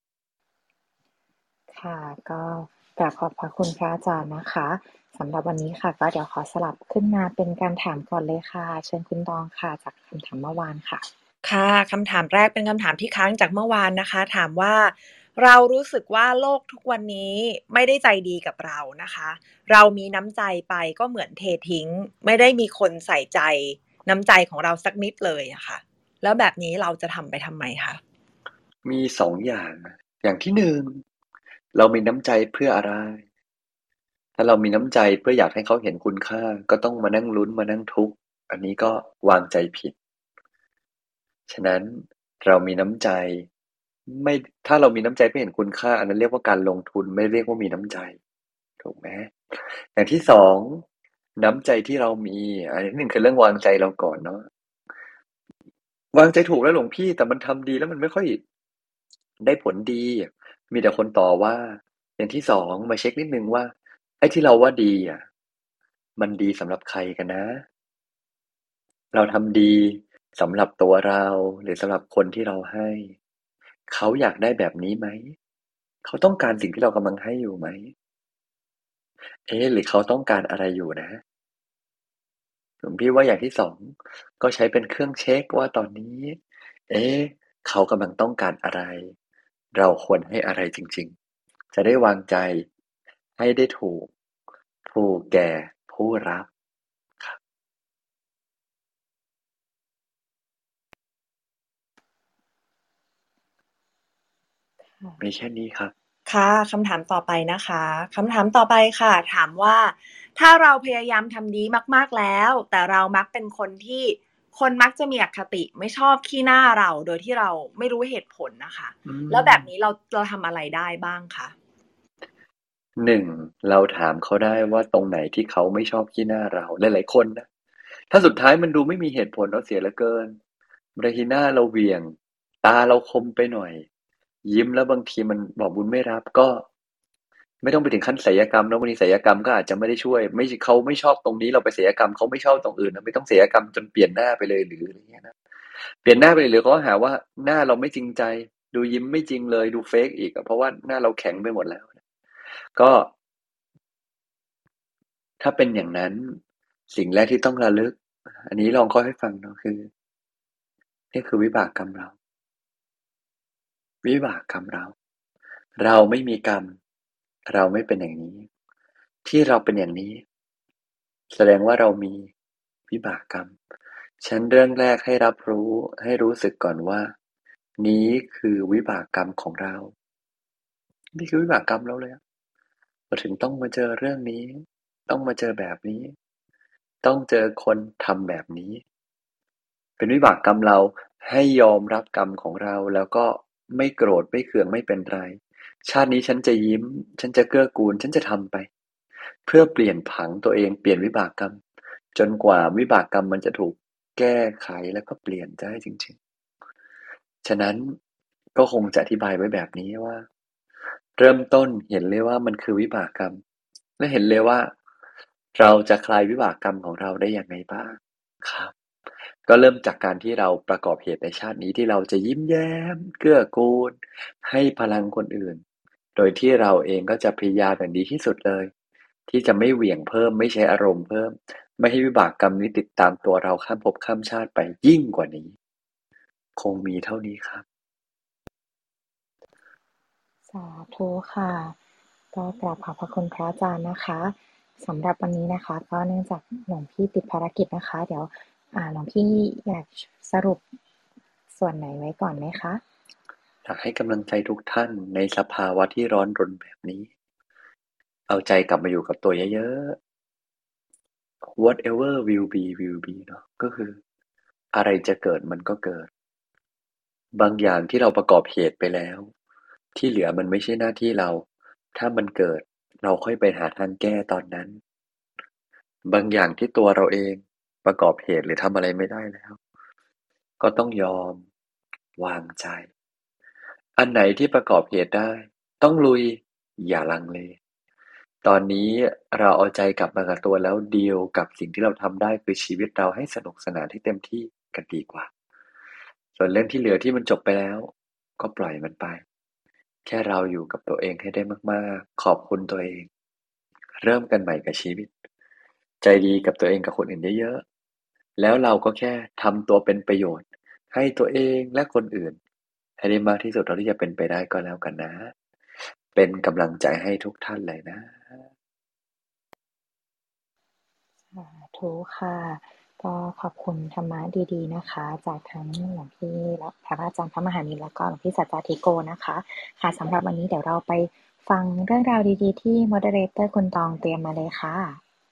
ค่ะก็กราบขอบพระคุณพระอาจารย์นะคะสำหรับวันนี้ค่ะก็เดี๋ยวขอสลับขึ้นมาเป็นการถามก่อนเลยค่ะเชิญคุณตองค่ะจากคำถามเมื่อวานค่ะค่ะคำถามแรกเป็นคำถามที่ค้างจากเมื่อวานนะคะถามว่าเรารู้สึกว่าโลกทุกวันนี้ไม่ได้ใจดีกับเรานะคะเรามีน้ำใจไปก็เหมือนเททิ้งไม่ได้มีคนใส่ใจน้ำใจของเราสักนิดเลยอะค่ะแล้วแบบนี้เราจะทำไปทำไมคะมีสองอย่างอย่างที่หนึ่งเรามีน้ำใจเพื่ออะไรถ้าเรามีน้ำใจเพื่ออยากให้เขาเห็นคุณค่าก็ต้องมานั่งลุ้นมานั่งทุกข์อันนี้ก็วางใจผิดฉะนั้นเรามีน้ำใจไม่ถ้าเรามีน้ำใจไม่เห็นคุณค่าอันนั้นเรียกว่าการลงทุนไม่เรียกว่ามีน้ำใจถูกไหมอย่างที่สองน้ำใจที่เรามีอันที่หนึ่งคือเรื่องวางใจเราก่อนเนาะวางใจถูกแล้วหลวงพี่แต่มันทำดีแล้วมันไม่ค่อยได้ผลดีมีแต่คนต่อว่าอย่างที่สองมาเช็คนิดนึงว่าไอ้ที่เราว่าดีอ่ะมันดีสำหรับใครกันนะเราทำดีสำหรับตัวเราหรือสำหรับคนที่เราให้เขาอยากได้แบบนี้ไหมเขาต้องการสิ่งที่เรากำลังให้อยู่ไหมเอ๊ะหรือเขาต้องการอะไรอยู่นะหลวงพี่ว่าอย่างที่สองก็ใช้เป็นเครื่องเช็คว่าตอนนี้เอ๊ะเขากำลังต้องการอะไรเราควรให้อะไรจริงๆจะได้วางใจให้ได้ถูกถูกแก่ผู้รับครับมีแค่นี้ครับค่ะคำถามต่อไปนะคะคำถามต่อไปค่ะ ถามว่าถ้าเราพยายามทำดีมากๆแล้ว แต่เรามักเป็นคนที่คนมักจะมีอคติไม่ชอบขี้หน้าเราโดยที่เราไม่รู้เหตุผลนะคะ แล้วแบบนี้เราเราทำอะไรได้บ้างคะหนึ่งเราถามเขาได้ว่าตรงไหนที่เขาไม่ชอบขี้หน้าเราหลายๆคนนะถ้าสุดท้ายมันดูไม่มีเหตุผลเราเสียเหลือเกินบางทีหน้าเราเหวี่ยงตาเราคมไปหน่อยยิ้มแล้วบางทีมันบอกบุญไม่รับก็ไม่ต้องไปถึงขั้นศัลยกรรมนะบางทีศัลยกรรมก็อาจจะไม่ได้ช่วยไม่เขาไม่ชอบตรงนี้เราไปศัลยกรรมเขาไม่ชอบตรงอื่นนะไม่ต้องศัลยกรรมจนเปลี่ยนหน้าไปเลยหรืออะไรเงี้ยนะเปลี่ยนหน้าไปเลยหรือเขาหาว่าหน้าเราไม่จริงใจดูยิ้มไม่จริงเลยดูเฟกอีกเพราะว่าหน้าเราแข็งไปหมดแล้วก็ ถ้าเป็นอย่างนั้นสิ่งแรกที่ต้องระลึกอันนี้ลองค่อยให้ฟังเนาะคือนี่คือวิบากกรรมเราวิบากกรรมเราเราไม่มีกรรมเราไม่เป็นอย่างนี้ที่เราเป็นอย่างนี้แสดงว่าเรามีวิบากกรรมฉันเรื่องแรกให้รับรู้ให้รู้สึกก่อนว่านี้คือวิบากกรรมของเรานี่คือวิบากกรรมเราเลยเราถึงต้องมาเจอเรื่องนี้ต้องมาเจอแบบนี้ต้องเจอคนทำแบบนี้ เป็นวิบากกรรมเราให้ยอมรับกรรมของเราแล้วก็ไม่โกรธไม่เคืองไม่เป็นไรชาตินี้ฉันจะยิ้มฉันจะเกื้อกูลฉันจะทำไปเพื่อเปลี่ยนผังตัวเองเปลี่ยนวิบากกรรมจนกว่าวิบากกรรมมันจะถูกแก้ไขแล้วก็เปลี่ยนได้จริงๆฉะนั้นก็คงจะอธิบายไว้แบบนี้ว่าเริ่มต้นเห็นเลยว่ามันคือวิบากกรรมและเห็นเลยว่าเราจะคลายวิบากกรรมของเราได้อย่างไรบ้างครับ ก็เริ่มจากการที่เราประกอบเหตุในชาตินี้ที่เราจะยิ้มแย้มเกื้อกูลให้พลังคนอื่นโดยที่เราเองก็จะพยายามอย่างดีที่สุดเลยที่จะไม่เหวี่ยงเพิ่มไม่ใช้อารมณ์เพิ่มไม่ให้วิบากกรรมนี้ติดตามตัวเราข้ามภพข้ามชาติไปยิ่งกว่านี้คงมีเท่านี้ครับสาธุค่ะก็กราบขอบพระคุณพระอาจารย์นะคะสำหรับวันนี้นะคะก็เนื่องจากหลวงพี่ติดภารกิจนะคะเดี๋ยวอ่าหลวงพี่อยากสรุปส่วนไหนไว้ก่อนไหมคะอยากให้กำลังใจทุกท่านในสภาวะที่ร้อนรนแบบนี้เอาใจกลับมาอยู่กับตัวเยอะๆ whatever will be will be เนาะก็คืออะไรจะเกิดมันก็เกิด บางอย่างที่เราประกอบเหตุไปแล้วที่เหลือมันไม่ใช่หน้าที่เราถ้ามันเกิดเราค่อยไปหาทางแก้ตอนนั้นบางอย่างที่ตัวเราเองประกอบเหตุหรือทำอะไรไม่ได้แล้วก็ต้องยอมวางใจอันไหนที่ประกอบเหตุได้ต้องลุยอย่าลังเลตอนนี้เราเอาใจกลับมากับตัวแล้วดีลกับสิ่งที่เราทำได้คือชีวิตเราให้สนุกสนานให้เต็มที่กันดีกว่าส่วนเรื่องที่เหลือที่มันจบไปแล้วก็ปล่อยมันไป แค่เราอยู่กับตัวเองให้ได้มากๆ ขอบคุณตัวเอง เริ่มกันใหม่กับชีวิต ใจดีกับตัวเองกับคนอื่นเยอะๆ แล้วเราก็แค่ทำตัวเป็นประโยชน์ให้ตัวเองและคนอื่นให้ได้มากที่สุดเท่าที่จะเป็นไปได้ก็แล้วกันนะ เป็นกำลังใจให้ทุกท่านเลยนะสาธุค่ะก็ขอบคุณธรรมะดีๆนะคะจากทั้งหลวงพี่และพระอาจารย์พระมหานินแล้วก็หลวงพี่สัจจาธิโกนะคะค่ะสำหรับวันนี้เดี๋ยวเราไปฟังเรื่องราวดีๆที่ Moderator คุณตองเตรียมมาเลยค่ะ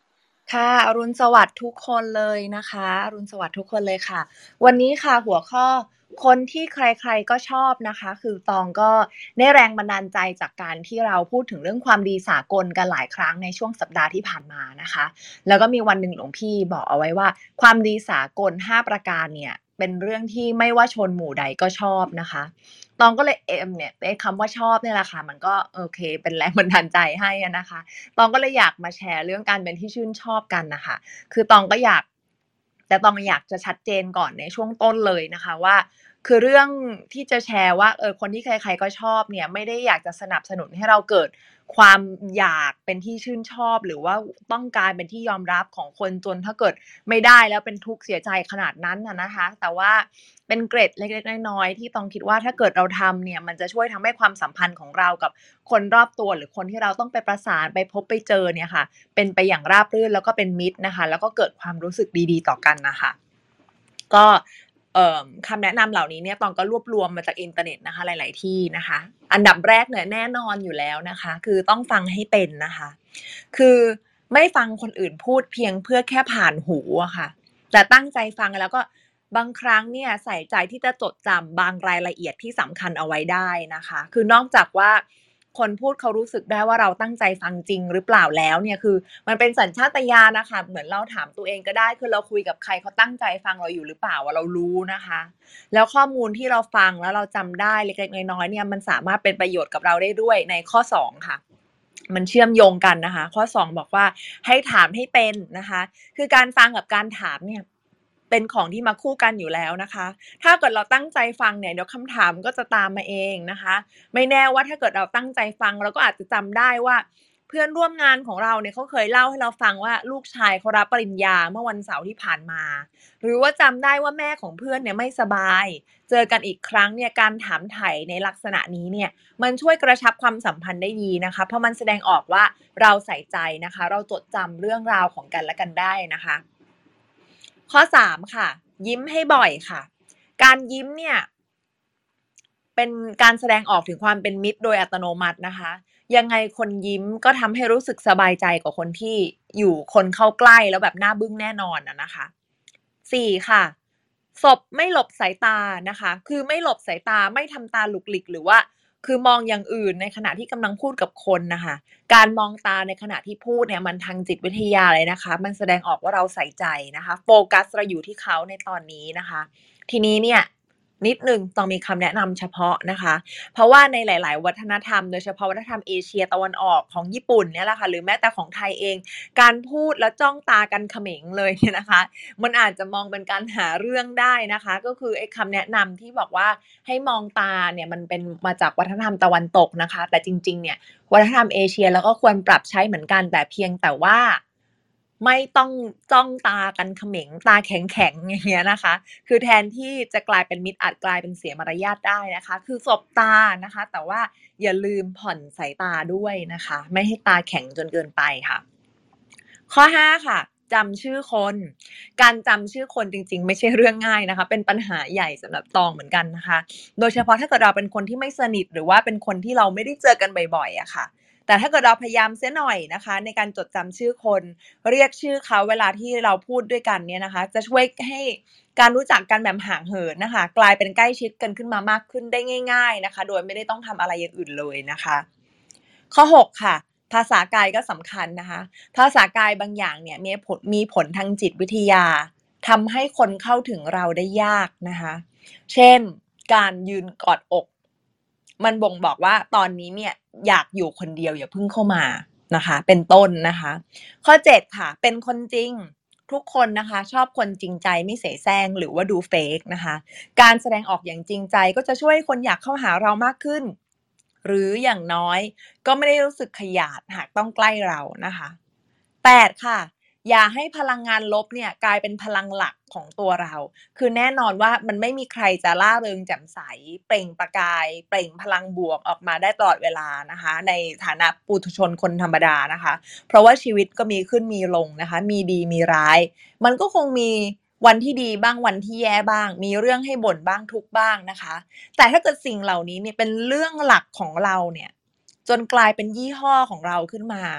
ค่ะอรุณสวัสดิ์ทุกคนเลยนะคะอรุณสวัสดิ์ทุกคนเลยค่ะวันนี้ค่ะหัวข้อคนที่ใครๆก็ชอบนะคะคือตองก็ได้แรงบันดาลใจจากการที่เราพูดถึงเรื่องความดีสากลกันหลายครั้งในช่วงสัปดาห์ที่ผ่านมานะคะแล้วก็มีวันหนึ่งหลวงพี่บอกเอาไว้ว่าความดีสากลห้าประการเนี่ยเป็นเรื่องที่ไม่ว่าชนหมู่ใดก็ชอบนะคะตองก็เลยเอ็มเนี่ยไอ้คำว่าชอบเนี่ยแหละค่ะมันก็โอเคเป็นแรงบันดาลใจให้อะนะคะ ตองก็เลยอยากมาแชร์เรื่องการเป็นที่ชื่นชอบกันน่ะค่ะคือตองก็อยากแต่ตองอยากจะชัดเจนก่อนในช่วงต้นเลยนะคะว่าคือเรื่องที่จะแชร์ว่าเออคนที่ใครๆก็ชอบเนี่ยไม่ได้อยากจะสนับสนุนให้เราเกิดความอยากเป็นที่ชื่นชอบหรือว่าต้องการเป็นที่ยอมรับของคนจนถ้าเกิดไม่ได้แล้วเป็นทุกข์เสียใจขนาดนั้นน่ะนะคะแต่ว่าเป็นเกร็ดเล็กๆน้อยๆที่ตองคิดว่าถ้าเกิดเราทำเนี่ยมันจะช่วยทำให้ความสัมพันธ์ของเรากับ คนรอบตัวหรือคนที่เราต้องไปประสานไปพบไปเจอเนี่ยค่ะเป็นไปอย่างราบรื่นแล้วก็เป็นมิตรนะคะแล้วก็เกิดความรู้สึกดีๆต่อกันน่ะค่ะก็เอ่อคำแนะนำเหล่านี้เนี่ยตองก็รวบรวมมาจากอินเทอร์เน็ตนะคะหลายๆที่นะคะอันดับแรกเนี่ยแน่นอนอยู่แล้วนะคะคือต้องฟังให้เป็นนะคะคือไม่ฟังคนอื่นพูดเพียงเพื่อแค่ผ่านหูอะค่ะแต่ตั้งใจฟังแล้วก็บางครั้งเนี่ยใส่ใจที่จะจดจำบางรายละเอียดที่สำคัญเอาไว้ได้นะคะคือนอกจากว่าคนพูดเขารู้สึกได้ว่าเราตั้งใจฟังจริงหรือเปล่าแล้วเนี่ยคือมันเป็นสัญชาตญาณน่ะค่ะเหมือนเราถามตัวเองก็ได้คือเราคุยกับใครเขาตั้งใจฟังเราอยู่หรือเปล่าอะเรารู้นะคะแล้วข้อมูลที่เราฟังแล้วเราจำได้เล็กๆน้อยๆเนี่ยมันสามารถเป็นประโยชน์กับเราได้ด้วยในข้อสองค่ะมันเชื่อมโยงกันนะคะข้อสองบอกว่าให้ถามให้เป็นนะคะคือการฟังกับการถามเนี่ยเป็นของที่มาคู่กันอยู่แล้วนะคะ ถ้าเกิดเราตั้งใจฟังเนี่ยเดี๋ยวคำถามก็จะตามมาเองนะคะไม่แน่ว่าถ้าเกิดเราตั้งใจฟังเราก็อาจจะจำได้ว่าเพื่อนร่วมงานของเราเนี่ยเขาเคยเล่าให้เราฟังว่าลูกชายเขารับปริญญาเมื่อวันเสาร์ที่ผ่านมาหรือว่าจำได้ว่าแม่ของเพื่อนเนี่ยไม่สบายเจอกันอีกครั้งเนี่ยการถามไถ่ในลักษณะนี้เนี่ยมันช่วยกระชับความสัมพันธ์ได้ดีนะคะเพราะมันแสดงออกว่าเราใส่ใจนะคะเราจดจำเรื่องราวของกันและกันได้นะคะข้อสามค่ะยิ้มให้บ่อยค่ะ การยิ้มเนี่ยเป็นการแสดงออกถึงความเป็นมิตรโดยอัตโนมัตินะคะยังไงคนยิ้มก็ทำให้รู้สึกสบายใจกว่าคนที่อยู่คนเข้าใกล้แล้วแบบหน้าบึ้งแน่นอนอะนะคะสี่ค่ะสบไม่หลบสายตานะคะคือไม่หลบสายตาไม่ทำตาหลุกหลิกหรือว่าคือมองอย่างอื่นในขณะที่กำลังพูดกับคนน่ะค่ะการมองตาในขณะที่พูดเนี่ยมันทางจิตวิทยาเลยนะคะมันแสดงออกว่าเราใส่ใจนะคะโฟกัสเราอยู่ที่เขาในตอนนี้นะคะทีนี้เนี่ยนิดหนึ่งต้องมีคำแนะนำเฉพาะนะคะเพราะว่าในหลายๆวัฒนธรรมโดยเฉพาะวัฒนธรรมเอเชียตะวันออกของญี่ปุ่นเนี่ยแหละค่ะหรือแม้แต่ของไทยเองการพูดแล้วจ้องตากันเขม็งเลยเนี่ยนะคะมันอาจจะมองเป็นการหาเรื่องได้นะคะก็คือไอ้คำแนะนำที่บอกว่าให้มองตาเนี่ยมันเป็นมาจากวัฒนธรรมตะวันตกนะคะแต่จริงๆเนี่ยวัฒนธรรมเอเชียเราก็ควรปรับใช้เหมือนกันแต่เพียงแต่ว่าไม่ต้องจ้องตากันเขม็งตาแข็งๆอย่างเงี้ยนะคะ คือแทนที่จะกลายเป็นมิตรอาจกลายเป็นเสียมารยาทได้นะคะคือสบตานะคะแต่ว่าอย่าลืมผ่อนสายตาด้วยนะคะไม่ให้ตาแข็งจนเกินไปค่ะข้อห้าค่ะจำชื่อคนการจำชื่อคนจริงๆไม่ใช่เรื่องง่ายนะคะเป็นปัญหาใหญ่สำหรับตองเหมือนกันนะคะโดยเฉพาะถ้าเกิดเราเป็นคนที่ไม่สนิทหรือว่าเป็นคนที่เราไม่ได้เจอกันบ่อยๆอะค่ะแต่ถ้าเกิดเราพยายามเสียหน่อยนะคะในการจดจำชื่อคนเรียกชื่อเขาเวลาที่เราพูดด้วยกันเนี่ยนะคะจะช่วยให้ การรู้จักกันแบบห่างเหินนะคะกลายเป็นใกล้ชิดกันขึ้นมามากขึ้นได้ง่ายๆนะคะโดยไม่ได้ต้องทำอะไรอย่างอื่นเลยนะคะข้อหกค่ะภาษากายก็สำคัญนะคะภาษากายบางอย่างเนี่ยมีผลมีผลทางจิตวิทยาทำให้คนเข้าถึงเราได้ยากนะคะเช่นการยืนกอดอกมันบ่งบอกว่าตอนนี้เนี่ยอยากอยู่คนเดียวอย่าเพิ่งเข้ามานะคะเป็นต้นนะคะข้อเจ็ดค่ะเป็นคนจริง ทุกคนนะคะชอบคนจริงใจไม่เสแสร้งหรือว่าดูเฟกนะคะการแสดงออกอย่างจริงใจก็จะช่วยให้คนอยากเข้าหาเรามากขึ้นหรืออย่างน้อยก็ไม่ได้รู้สึกขยาดหากต้องใกล้เรานะคะแปดค่ะอย่าให้พลังงานลบเนี่ยกลายเป็นพลังหลักของตัวเราคือแน่นอนว่ามันไม่มีใครจะร่าเริงแจ่มใสเปล่งประกายเปล่งพลังบวกออกมาได้ตลอดเวลานะคะในฐานะปุถุชนคนธรรมดานะคะเพราะว่าชีวิตก็มีขึ้นมีลงนะคะมีดีมีร้าย มันก็คงมีวันที่ดีบ้างวันที่แย่บ้าง มีเรื่องให้บ่นบ้างทุกข์บ้างนะคะ แต่ถ้าเกิดสิ่งเหล่านี้เนี่ยเป็นเรื่องหลักของเราเนี่ยจนกลายเป็นยี่ห้อของเราขึ้นมา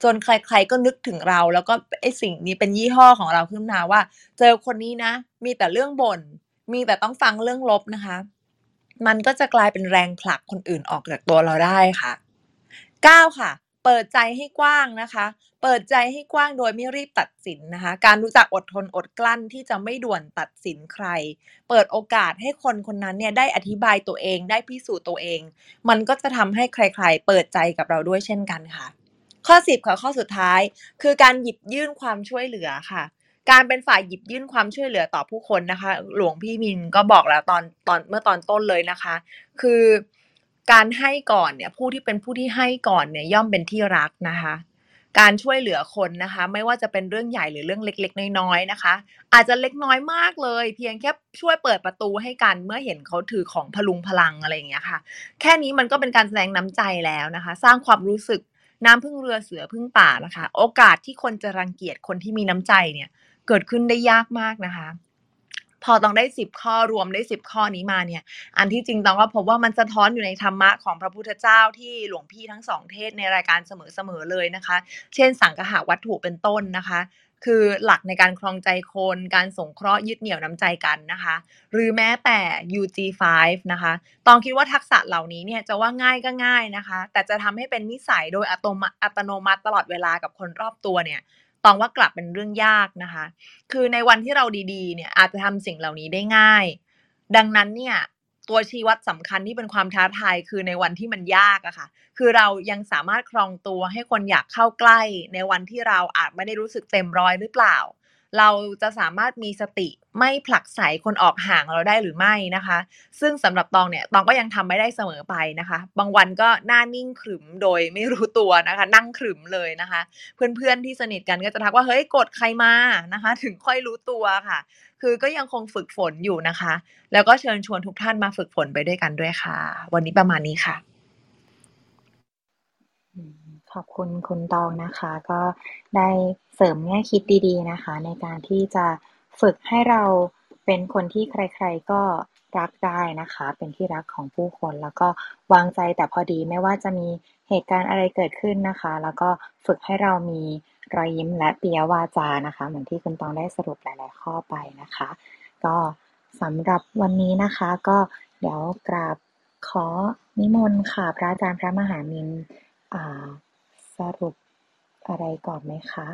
จนใครๆก็นึกถึงเราแล้วก็ไอ้สิ่งนี้เป็นยี่ห้อของเราขึ้นมาว่าเจอคนนี้นะมีแต่เรื่องบ่นมีแต่ต้องฟังเรื่องลบนะคะมันก็จะกลายเป็นแรงผลักคนอื่นออกจากตัวเราได้ค่ะเก้าค่ะเปิดใจให้กว้างนะคะเปิดใจให้กว้างโดยไม่รีบตัดสินนะคะการรู้จักอดทนอดกลั้นที่จะไม่ด่วนตัดสินใครเปิดโอกาสให้คนคนนั้นเนี่ยได้อธิบายตัวเองได้พิสูจน์ตัวเองมันก็จะทำให้ใครๆเปิดใจกับเราด้วยเช่นกันค่ะข้อสิบค่ะข้อสุดท้ายคือการหยิบยื่นความช่วยเหลือค่ะการเป็นฝ่ายหยิบยื่นความช่วยเหลือต่อผู้คนนะคะหลวงพี่มินก็บอกแล้วตอนตอนเมื่อตอนต้นเลยนะคะคือการให้ก่อนเนี่ยผู้ที่เป็นผู้ที่ให้ก่อนเนี่ยย่อมเป็นที่รักนะคะการช่วยเหลือคนนะคะไม่ว่าจะเป็นเรื่องใหญ่หรือเรื่องเล็กๆน้อยๆนะคะอาจจะเล็กน้อยมากเลยเพียงแค่ช่วยเปิดประตูให้กันเมื่อเห็นเขาถือของพลุงพลังอะไรอย่างเงี้ยค่ะแค่นี้มันก็เป็นการแสดงน้ำใจแล้วนะคะสร้างความรู้สึกน้ำพึ่งเรือเสือพึ่งป่านะคะโอกาสที่คนจะรังเกียจคนที่มีน้ำใจเนี่ยเกิดขึ้นได้ยากมากนะคะพอต้องได้สิบข้อรวมได้สิบข้อนี้มาเนี่ยอันที่จริงต้องก็พบว่ามันสะท้อนอยู่ในธรรมะของพระพุทธเจ้าที่หลวงพี่ทั้งสองเทศในรายการเสมอๆเลยนะคะเช่นสังคหวัตถุเป็นต้นนะคะคือหลักในการครองใจคนการสงเคราะห์ยึดเหนี่ยวน้ำใจกันนะคะหรือแม้แต่ ยู จี ไฟว์ นะคะต้องคิดว่าทักษะเหล่านี้เนี่ยจะว่าง่ายก็ง่ายนะคะแต่จะทำให้เป็นนิสัยโดยอัตโนมัติอัตโนมัติตลอดเวลากับคนรอบตัวเนี่ยต้องว่ากลับเป็นเรื่องยากนะคะคือในวันที่เราดีๆเนี่ยอาจจะทำสิ่งเหล่านี้ได้ง่ายดังนั้นเนี่ยตัวชี้วัดสำคัญที่เป็นความท้าทายคือในวันที่มันยากอะค่ะคือเรายังสามารถครองตัวให้คนอยากเข้าใกล้ในวันที่เราอาจไม่ได้รู้สึกเต็มร้อยหรือเปล่าเราจะสามารถมีสติไม่ผลักไสคนออกห่างเราได้หรือไม่นะคะซึ่งสำหรับตองเนี่ยตองก็ยังทำไม่ได้เสมอไปนะคะบางวันก็หน้านิ่งขรึมโดยไม่รู้ตัวนะคะนั่งขรึมเลยนะคะเพื่อนๆที่สนิทกันก็จะทักว่าเฮ้ยโกรธใครมานะคะถึงค่อยรู้ตัวค่ะคือก็ยังคงฝึกฝนอยู่นะคะแล้วก็เชิญชวนทุกท่านมาฝึกฝนไปด้วยกันด้วยค่ะวันนี้ประมาณนี้ค่ะขอบคุณคุณตองนะคะก็ได้เสริมแง่คิดดีๆนะคะในการที่จะฝึกให้เราเป็นคนที่ใครๆก็รักได้นะคะเป็นที่รักของผู้คนแล้วก็วางใจแต่พอดีไม่ว่าจะมีเหตุการณ์อะไรเกิดขึ้นนะคะแล้วก็ฝึกให้เรามีรอยยิ้มและปิยวาจานะคะเหมือนที่คุณตองได้สรุปหลายๆข้อไปนะคะก็สำหรับวันนี้นะคะก็เดี๋ยวกราบขอนิมนต์ค่ะพระอาจารย์พระมหามินอ่าสรุปอะไรก่อนไหมคะ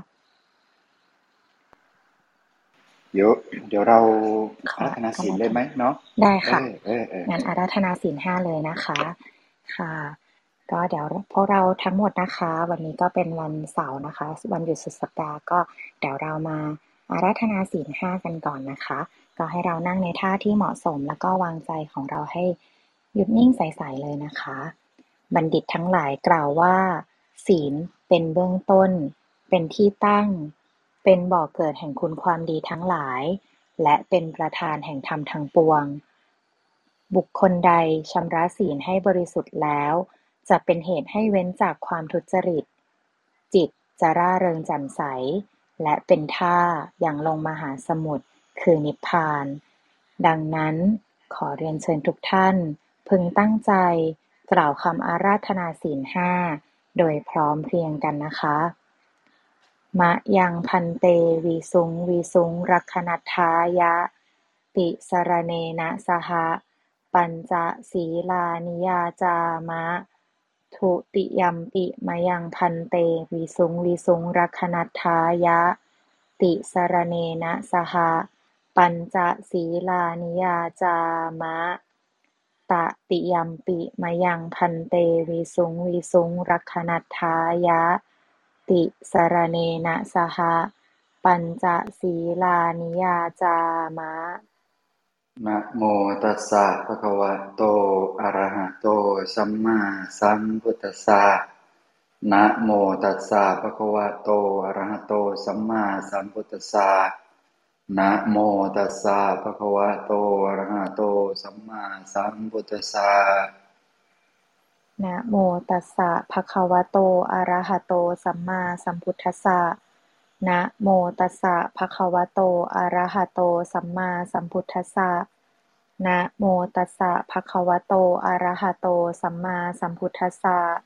เดี๋ยวเดี๋ยวเราอาราธนาศีลเลยไหมเนาะได้ค่ะเออเอองั้นอาราธนาศีลห้าเลยนะคะค่ะก็เดี๋ยวพวกเราทั้งหมดนะคะวันนี้ก็เป็นวันเสาร์นะคะวันหยุดสุดสัปดาห์ก็เดี๋ยวเรามาอาราธนาศีลห้ากันก่อนนะคะก็ให้เรานั่งในท่าที่เหมาะสมแล้วก็วางใจของเราให้หยุดนิ่งใสๆเลยนะคะบัณฑิตทั้งหลายกล่าวว่าศีลเป็นเบื้องต้นเป็นที่ตั้งเป็นบ่อเกิดแห่งคุณความดีทั้งหลายและเป็นประธานแห่งธรรมทั้งปวงบุคคลใดชำระศีลให้บริสุทธิ์แล้วจะเป็นเหตุให้เว้นจากความทุจริตจิตจะร่าเริงแจ่มใสและเป็นท่าอย่างลงมหาสมุทรคือนิพพานดังนั้นขอเรียนเชิญทุกท่านพึงตั้งใจกล่าวคำอาราธนาศีลห้าโดยพร้อมเพรียงกันนะคะมะยังพันเตวิสุงวิสุงรักขณัฏฐายะติสรเนนะสหะปัญจศีลานิยาจามะทุติยัมปิมะยังพันเตวิสุงวิสุงรักขณัฏฐายะติสรเนนะสหะปัญจศีลานิยาจามะตติยัมปิมะยังพันเตวิสุงวิสุงรักขณัฏฐายะติสรเนนะสหะปัญจศีลานิยาจามะนะโมตัสสะภะคะวะโตอะระหะโตสัมมาสัมพุทธัสสะนะโมตัสสะภะคะวะโตอะระหะโตสัมมาสัมพุทธัสสะนะโมตัสสะภะคะวะโตอะระหะโตสัมมาสัมพุทธัสสะนะโมตัสสะภะคะวะโตอะระหะโตสัมมาสัมพุทธัสสะนะโมตัสสะภะคะวะโตอะระหะโตสัมมาสัมพุทธัสสะนะโมตัสสะภะคะวะโตอะระหะโตสัมมาสัมพุทธัสสะ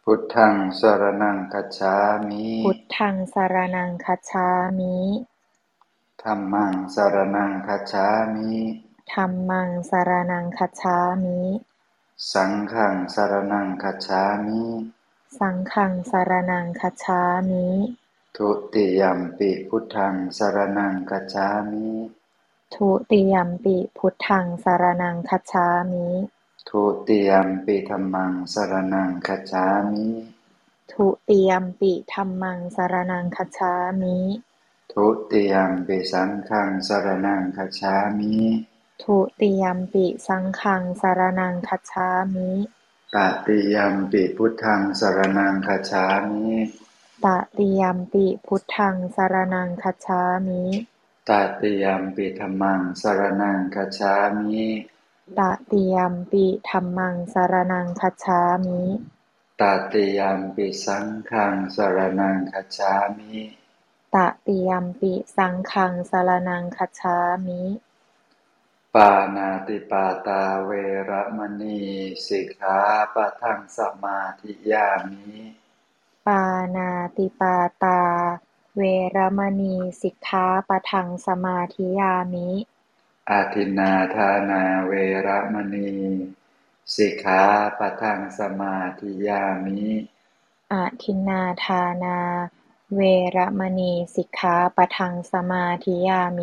พุทธังสรณังคัจฉามิพุทธังสรณังคัจฉามิธัมมังสรณังคัจฉามิธัมมังสรณังคัจฉามิสังฆังสรณังคัจฉามิสังฆังสรณังคัจฉามิทุติยัมปิพุทธังสรณังคัจฉามิทุติยัมปิพุทธังสรณังคัจฉามิทุติยัมปิธัมมังสรณังคัจฉามิทุติยัมปิธัมมังสรณังคัจฉามิทุติยัมปิสังฆังสรณังคัจฉามิทุติยัมปิสังฆังสรณังคัจฉามิตติยัมปิพุทธังสรณังคัจฉามิตติยัมปิพุทธังสรณังคัจฉามิตติยัมปิธัมมังสรณังคัจฉามิตติยัมปิธัมมังสรณังคัจฉามิตติยัมปิสังฆังสรณังคัจฉามิตติยัมปิสังฆังสรณังคัจฉามิปานาติปาตาเวระมณีสิกขาปะทังสมาธิยามิปานาติปาตาเวรมณีสิกขาปะทังสมาธิยามิอาทินนาทานาเวระมณีสิกขาปะทังสมาธิยามิอาทินนาทานาเวรมณีสิกขาปะทังสมาธิยามิ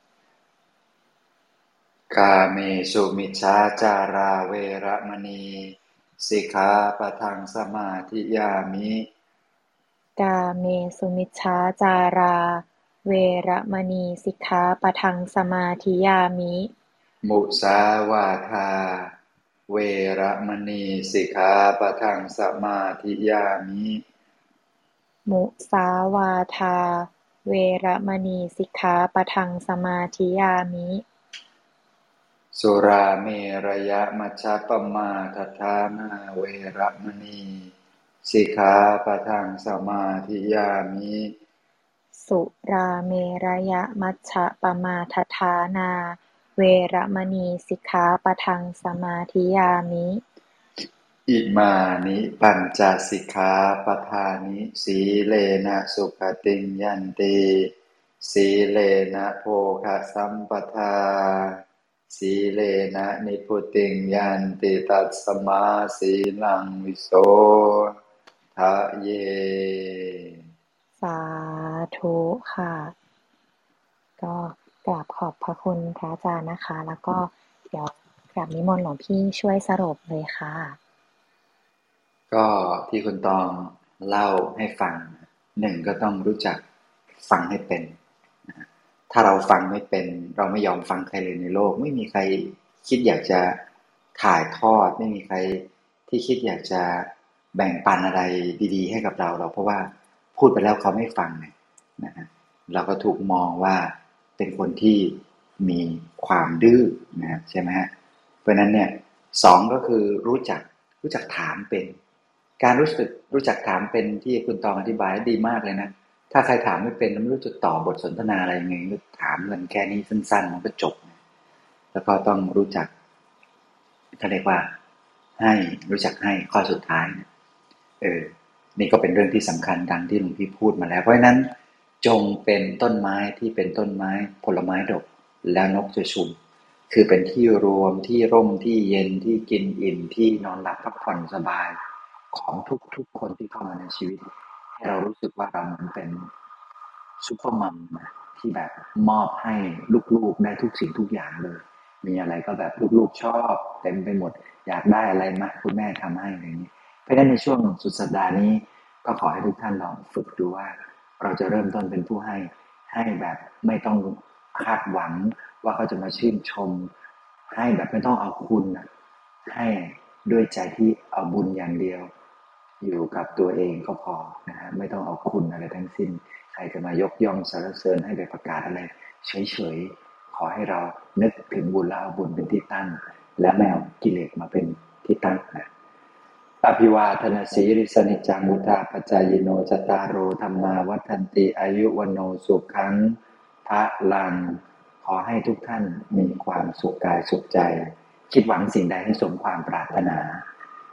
กาเมสุมิจฉาจาราเวระมณีสิกขาปะทังสมาธิยามิกาเมสุมิจฉาจาราเวรมณีสิกขาปะทังสมาธิยามิมุสาวาทาเวระมณีสิกขาปะทังสมาธิยามิมุสาวาทาเวรมณีสิกขาปะทังสมาธิยามิสุราเมรยมัชฌัปปมาทัฏฐานาเวระมณีสิกขาปะทังสมาธิยามิสุราเมรยมัชฌัปปมาทัฏฐานาเวรมณีสิกขาปะทังสมาธิยามิอิมานิปัญจสิกขาปทานิสีเลนะสุขติงยันติสีเลนะโภคสัมปทาสีเลนะนิพพุติงยันติตัสสมาสีลังวิโสทะเยสาธุค่ะ ก็กราบขอบพระคุณพระอาจารย์นะคะ แล้วก็เดี๋ยวกราบนิมนต์หลวงพี่ช่วยสรุปเลยค่ะก็ที่คุณตองเล่าให้ฟังหนึ่งก็ต้องรู้จักฟังให้เป็นถ้าเราฟังไม่เป็นเราไม่ยอมฟังใครเลยในโลกไม่มีใครคิดอยากจะถ่ายทอดไม่มีใครที่คิดอยากจะแบ่งปันอะไรดีๆให้กับเราเราเพราะว่าพูดไปแล้วเขาไม่ฟังนะฮะเราก็ถูกมองว่าเป็นคนที่มีความดื้อนะใช่ไหมฮะเพราะนั้นเนี่ยสองก็คือรู้จักรู้จักถามเป็นการรู้สึกรู้จักถามเป็นที่คุณตองอธิบายดีมากเลยนะถ้าใครถามไม่เป็นไม่รู้จะต่อบทสนทนาอะไรยังไงก็ถามกันแค่นี้สั้นๆมันก็จบแล้วก็ต้องรู้จักเขาเรียกว่าให้รู้จักให้ข้อสุดท้ายเออนี่ก็เป็นเรื่องที่สำคัญดังที่หลวงพี่พูดมาแล้วเพราะฉะนั้นจงเป็นต้นไม้ที่เป็นต้นไม้ผลไม้ดกแล้วนกจะชุมคือเป็นที่รวมที่ร่มที่เย็นที่กินอิ่มที่นอนหลับพักผ่อนสบายของทุกๆคนที่เข้ามาในชีวิตให้เรารู้สึกว่าเราเหมือนเป็นซุปเปอร์มัมนะที่แบบมอบให้ลูกๆได้ทุกสิ่งทุกอย่างเลยมีอะไรก็แบบลูกๆชอบเต็มไปหมดอยากได้อะไรมาคุณแม่ทำให้อะไรอย่างนี้เพราะฉะนั้นในช่วงสุดสัปดาห์นี้ก็ขอให้ทุกท่านลองฝึกดูว่าเราจะเริ่มต้นเป็นผู้ให้ให้แบบไม่ต้องคาดหวังว่าเขาจะมาชื่นชมให้แบบไม่ต้องเอาคุณนะให้ด้วยใจที่เอาบุญอย่างเดียวอยู่กับตัวเองก็พอนะฮะไม่ต้องเอาคุณอะไรทั้งสิ้นใครจะมายกย่องสรรเสริญให้ไปประกาศอะไรเฉยๆขอให้เรานึกถึงบุญแล้วเอาบุญเป็นที่ตั้งและไม่เอากิเลสมาเป็นที่ตั้งนะอภิวาทนาสีริสนิจังมุทาปจายโนจตารโรธรรมาวัฏันติอายุวโนสุขังพระลังขอให้ทุกท่านมีความสุขกายสุขใจคิดหวังสิ่งใดให้สมความปรารถนา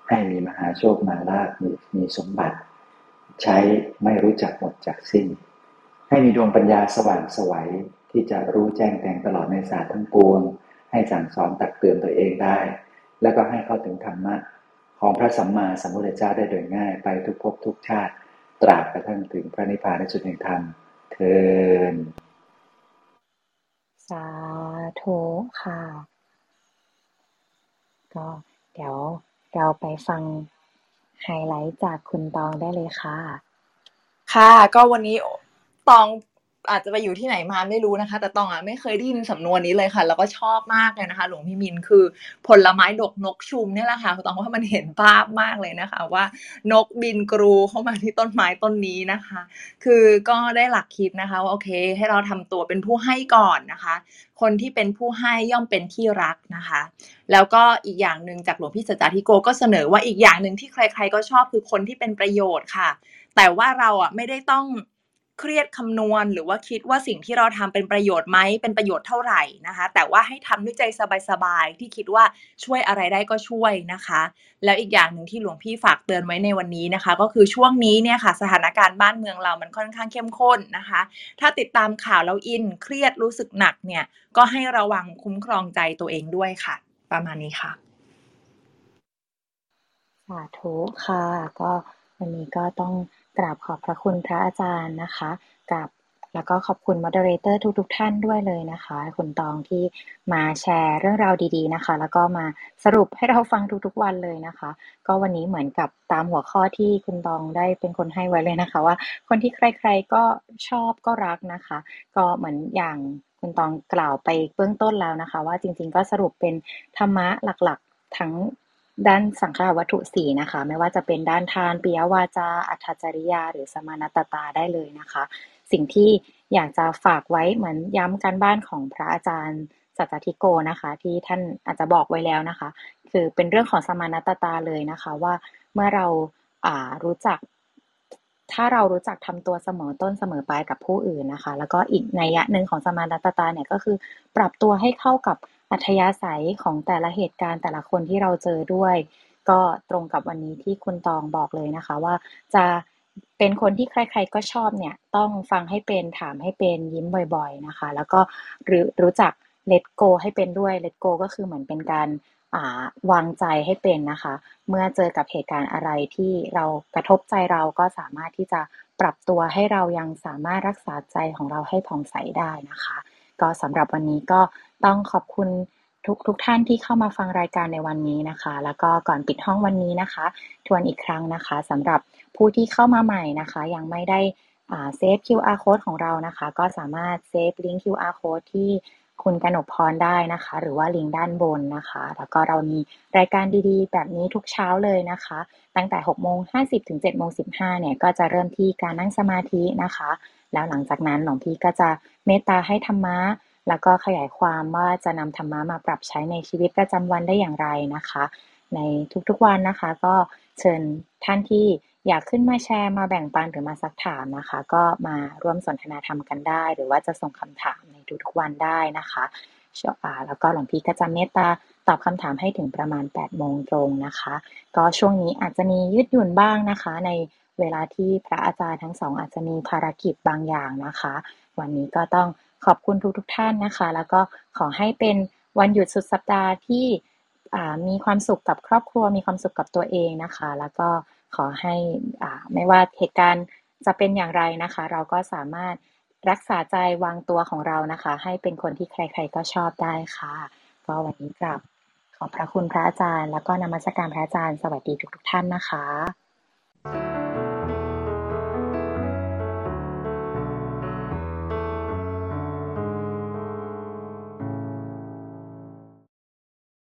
ให้มีมหาโชคมาลาภมีมีสมบัติใช้ไม่รู้จักหมดจากสิ้นให้มีดวงปัญญาสว่างไสวที่จะรู้แจ้งแทงตลอดในศาสตร์ทั้งปวงให้สั่งสอนตักเตือนตัวเองได้แล้วก็ให้เข้าถึงธรรมะของพระสัมมาสัมพุทธเจ้าได้โดยง่ายไปทุกภพทุกชาติตราบกระทั่งถึงพระนิพพานในสุดแห่งธรรมเทินสาธุค่ะก็เดี๋ยวเราไปฟังไฮไลท์จากคุณตองได้เลยค่ะค่ะก็วันนี้ตองอาจจะไปอยู่ที่ไหนมาไม่รู้นะคะแต่ตองอ่ะไม่เคยได้ยินสำนวนนี้เลยค่ะแล้วก็ชอบมากเลยนะคะหลวงพี่มินคือผลไม้ดกนกชุมเนี่ยแหละค่ะตองว่ามันเห็นภาพมากเลยนะคะว่านกบินกรูเข้ามาที่ต้นไม้ต้นนี้นะคะคือก็ได้หลักคิดนะคะว่าโอเคให้เราทำตัวเป็นผู้ให้ก่อนนะคะคนที่เป็นผู้ให้ย่อมเป็นที่รักนะคะแล้วก็อีกอย่างนึงจากหลวงพี่สัจจาธิโกก็เสนอว่าอีกอย่างนึงที่ใครๆก็ชอบคือคนที่เป็นประโยชน์ค่ะแต่ว่าเราอ่ะไม่ได้ต้องเครียดคำนวณหรือว่าคิดว่าสิ่งที่เราทำเป็นประโยชน์ไหมเป็นประโยชน์เท่าไหร่นะคะแต่ว่าให้ทำด้วยใจสบายๆที่คิดว่าช่วยอะไรได้ก็ช่วยนะคะแล้วอีกอย่างหนึ่งที่หลวงพี่ฝากเตือนไว้ในวันนี้นะคะก็คือช่วงนี้เนี่ยค่ะสถานการณ์บ้านเมืองเรามันค่อนข้างเข้มข้นนะคะถ้าติดตามข่าวแล้วอินเครียดรู้สึกหนักเนี่ยก็ให้ระวังคุ้มครองใจตัวเองด้วยค่ะประมาณนี้ค่ะสาธุค่ะก็วันนี้ก็ต้องกราบขอบพระคุณพระอาจารย์นะคะกับแล้วก็ขอบคุณ moderator ทุกๆท่านด้วยเลยนะคะคุณตองที่มาแชร์เรื่องราวดีๆนะคะแล้วก็มาสรุปให้เราฟังทุกๆวันเลยนะคะก็วันนี้เหมือนกับตามหัวข้อที่คุณตองได้เป็นคนให้ไว้เลยนะคะว่าคนที่ใครๆก็ชอบก็รักนะคะก็เหมือนอย่างคุณตองกล่าวไปเบื้องต้นแล้วนะคะว่าจริงๆก็สรุปเป็นธรรมะหลักๆทั้งด้านสังขารวัตถุสี่นะคะไม่ว่าจะเป็นด้านทานปิยวาจาอัตถจริยาหรือสมานัตตาได้เลยนะคะสิ่งที่อยากจะฝากไว้เหมือนย้ำการบ้านของพระอาจารย์สัจจทิโกนะคะที่ท่านอาจจะบอกไว้แล้วนะคะคือเป็นเรื่องของสมานัตตาเลยนะคะว่าเมื่อเราอ่ารู้จักถ้าเรารู้จักทำตัวเสมอต้นเสมอปลายกับผู้อื่นนะคะแล้วก็อีกนัยยะหนึ่งของสมานัตตาเนี่ยก็คือปรับตัวให้เข้ากับอัธยาศัยของแต่ละเหตุการณ์แต่ละคนที่เราเจอด้วยก็ตรงกับวันนี้ที่คุณตองบอกเลยนะคะว่าจะเป็นคนที่ใครๆก็ชอบเนี่ยต้องฟังให้เป็นถามให้เป็นยิ้มบ่อยๆนะคะแล้วก็รู้รู้จัก let go ให้เป็นด้วย let go ก็คือเหมือนเป็นการอ่าวางใจให้เป็นนะคะเมื่อเจอกับเหตุการณ์อะไรที่เรากระทบใจเราก็สามารถที่จะปรับตัวให้เรายังสามารถรักษาใจของเราให้ผ่องใสได้นะคะก็สำหรับวันนี้ก็ต้องขอบคุณทุกทุกท่านที่เข้ามาฟังรายการในวันนี้นะคะแล้วก็ก่อนปิดห้องวันนี้นะคะทวนอีกครั้งนะคะสำหรับผู้ที่เข้ามาใหม่นะคะยังไม่ได้เซฟ คิว อาร์ Code ของเรานะคะก็สามารถเซฟลิงก์ คิว อาร์ Code ที่คุณกนกพรได้นะคะหรือว่าลิงก์ด้านบนนะคะแล้วก็เรามีรายการดีๆแบบนี้ทุกเช้าเลยนะคะตั้งแต่ หกโมงห้าสิบ ถึง เจ็ดโมงสิบห้า เนี่ยก็จะเริ่มที่การนั่งสมาธินะคะแล้วหลังจากนั้นหลวงพี่ก็จะเมตตาให้ธรรมะแล้วก็ขยายความว่าจะนำธรรมะมาปรับใช้ในชีวิตประจำวันได้อย่างไรนะคะในทุกๆวันนะคะก็เชิญท่านที่อยากขึ้นมาแชร์มาแบ่งปันหรือมาซักถามนะคะก็มาร่วมสนทนาธรรมกันได้หรือว่าจะส่งคำถามในทุกๆวันได้นะคะแล้วก็หลวงพี่ก็จะเมตตาตอบคำถามให้ถึงประมาณ แปดโมงตรงนะคะก็ช่วงนี้อาจจะมียืดหยุ่นบ้างนะคะในเวลาที่พระอาจารย์ทั้งสองอาจจะมีภารกิจบางอย่างนะคะวันนี้ก็ต้องขอบคุณทุกๆท่านนะคะแล้วก็ขอให้เป็นวันหยุดสุดสัปดาห์ที่มีความสุขกับครอบครัวมีความสุขกับตัวเองนะคะแล้วก็ขอให้ไม่ว่าเหตุการณ์จะเป็นอย่างไรนะคะเราก็สามารถรักษาใจวางตัวของเรานะคะให้เป็นคนที่ใครๆก็ชอบได้ค่ะก็วันนี้กราบขอบพระคุณพระอาจารย์แล้วก็นมัสการพระอาจารย์สวัสดีทุกๆท่านนะคะ